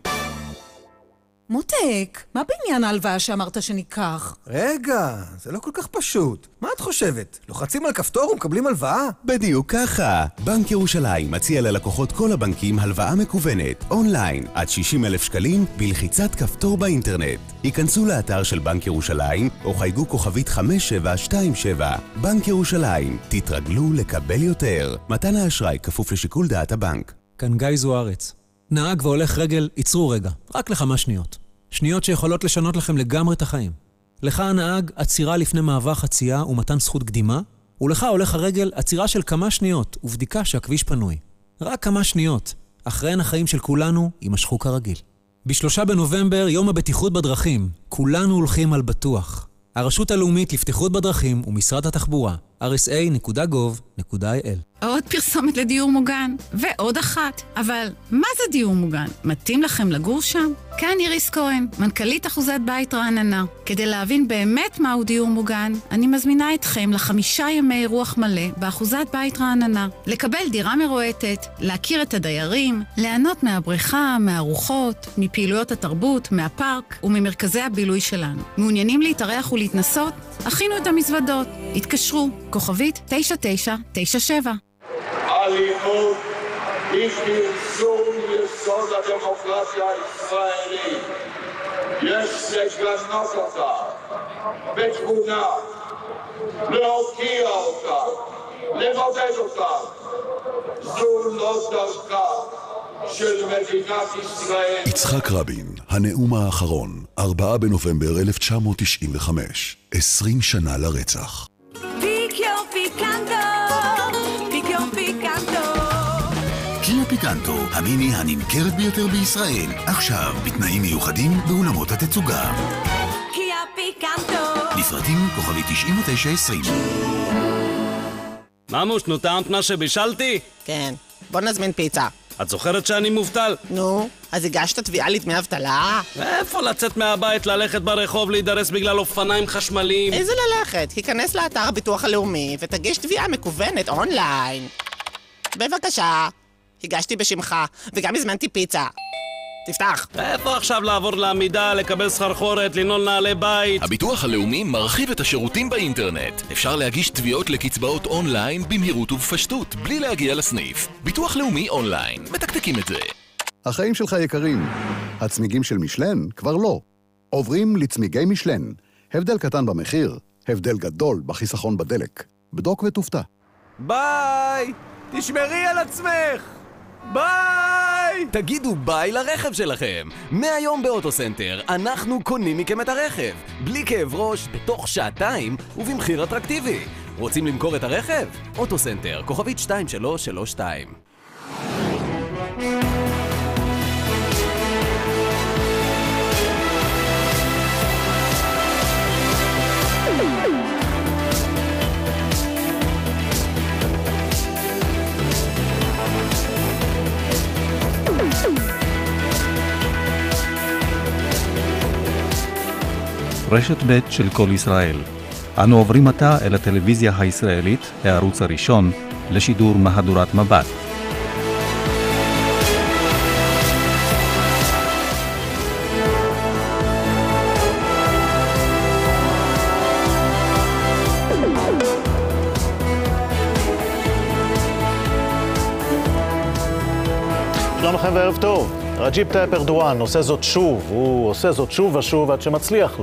מותק, מה בעניין ההלוואה שאמרת שניקח? רגע, זה לא כל כך פשוט. מה את חושבת? לוחצים על כפתור ומקבלים הלוואה? בדיוק ככה. בנק ירושלים מציע ללקוחות כל הבנקים הלוואה מקוונת, אונליין, עד שישים אלף שקלים, בלחיצת כפתור באינטרנט. היכנסו לאתר של בנק ירושלים, או חייגו כוכבית חמש שבע שתיים שבע. בנק ירושלים, תתרגלו לקבל יותר. מתן האשראי כפוף לשיקול דעת הבנק. כאן גיא זוארץ. נהג והולך רגל, ייצרו רגע, רק לכמה שניות. שניות שיכולות לשנות לכם לגמרי את החיים. לך הנהג, עצירה לפני מעבר חצייה ומתן זכות קדימה, ולך הולך הרגל, עצירה של כמה שניות ובדיקה שהכביש פנוי. רק כמה שניות. אחריהן החיים של כולנו יימשכו כרגיל. בשלושה בנובמבר, יום הבטיחות בדרכים. כולנו הולכים על בטוח. הרשות הלאומית לבטיחות בדרכים ומשרד התחבורה, אר אס איי נקודה גוב נקודה איי אל. עוד פרסומת לדיור מוגן, ועוד אחת. אבל מה זה דיור מוגן? מתאים לכם לגור שם? כאן איריס כהן, מנכ"לית אחוזת בית רעננה. כדי להבין באמת מהו דיור מוגן, אני מזמינה אתכם לחמישה ימי רוח מלא באחוזת בית רעננה. לקבל דירה מרועטת, להכיר את הדיירים, ליהנות מהבריכה, מהארוחות, מפעילויות התרבות, מהפארק וממרכזי הבילוי שלנו. מעוניינים להתארח ולהתנסות? הכינו את המזוודות. התקשרו, כוכבית תשע תשע תשע שבע. אלימות היא כרסום יסוד הדמוקרטיה הישראלית. יש לגנות אותה בתבונה, להוקיע אותה, לבודד אותה. זו לא דרכה של מדינת ישראל. יצחק רבין, הנאום האחרון, ארבעה בנובמבר אלף תשע מאות תשעים וחמש, עשרים שנה לרצח. פיקו פיקנטו, פיקו פיקנטו. קיה פיקנטו, המיני הנמכרת ביותר בישראל, עכשיו בתנאים מיוחדים באולמות התצוגה. קיה פיקנטו. לפרטים כוכבי תשעים ותשע עשרים. ממוש, נו טעמת מה שבישלתי? כן, בוא נזמין פיצה. את זוכרת שאני מובטל? נו, אז הגשת תביעה לדמי אבטלה? איפה לצאת מהבית, ללכת ברחוב, להידרס בגלל אופניים חשמליים? איזה ללכת? היכנס לאתר הביטוח הלאומי ותגיש תביעה מקוונת אונליין. בבקשה, הגשתי בשמך וגם הזמנתי פיצה. תפתח. איפה עכשיו לעבור לעמידה, לקבל סחרחורת, לנעול נעלי בית? הביטוח הלאומי מרחיב את השירותים באינטרנט. אפשר להגיש תביעות לקצבאות אונליין במהירות ובפשטות, בלי להגיע לסניף. ביטוח לאומי אונליין, מתקתקים את זה. החיים שלך יקרים. הצמיגים של משלן כבר לא. עוברים לצמיגי משלן. הבדל קטן במחיר, הבדל גדול בחיסכון בדלק. בדוק ותופתע. ביי! תשמרי על עצמך! ביי! תגידו ביי לרכב שלכם. מהיום באוטוסנטר אנחנו קונים מכם את הרכב בלי כאב ראש, בתוך שעתיים ובמחיר אטרקטיבי. רוצים למכור את הרכב? אוטוסנטר, כוכבית שתיים שלוש שלוש שתיים. רשת ב' של כל ישראל. אנו עוברים עתה אל הטלוויזיה הישראלית, הערוץ הראשון, לשידור מהדורת מבט. שלום לכם וערב טוב. רג'יפ טאיפ ארדואן עושה זאת שוב, הוא עושה זאת שוב ושוב עד שמצליח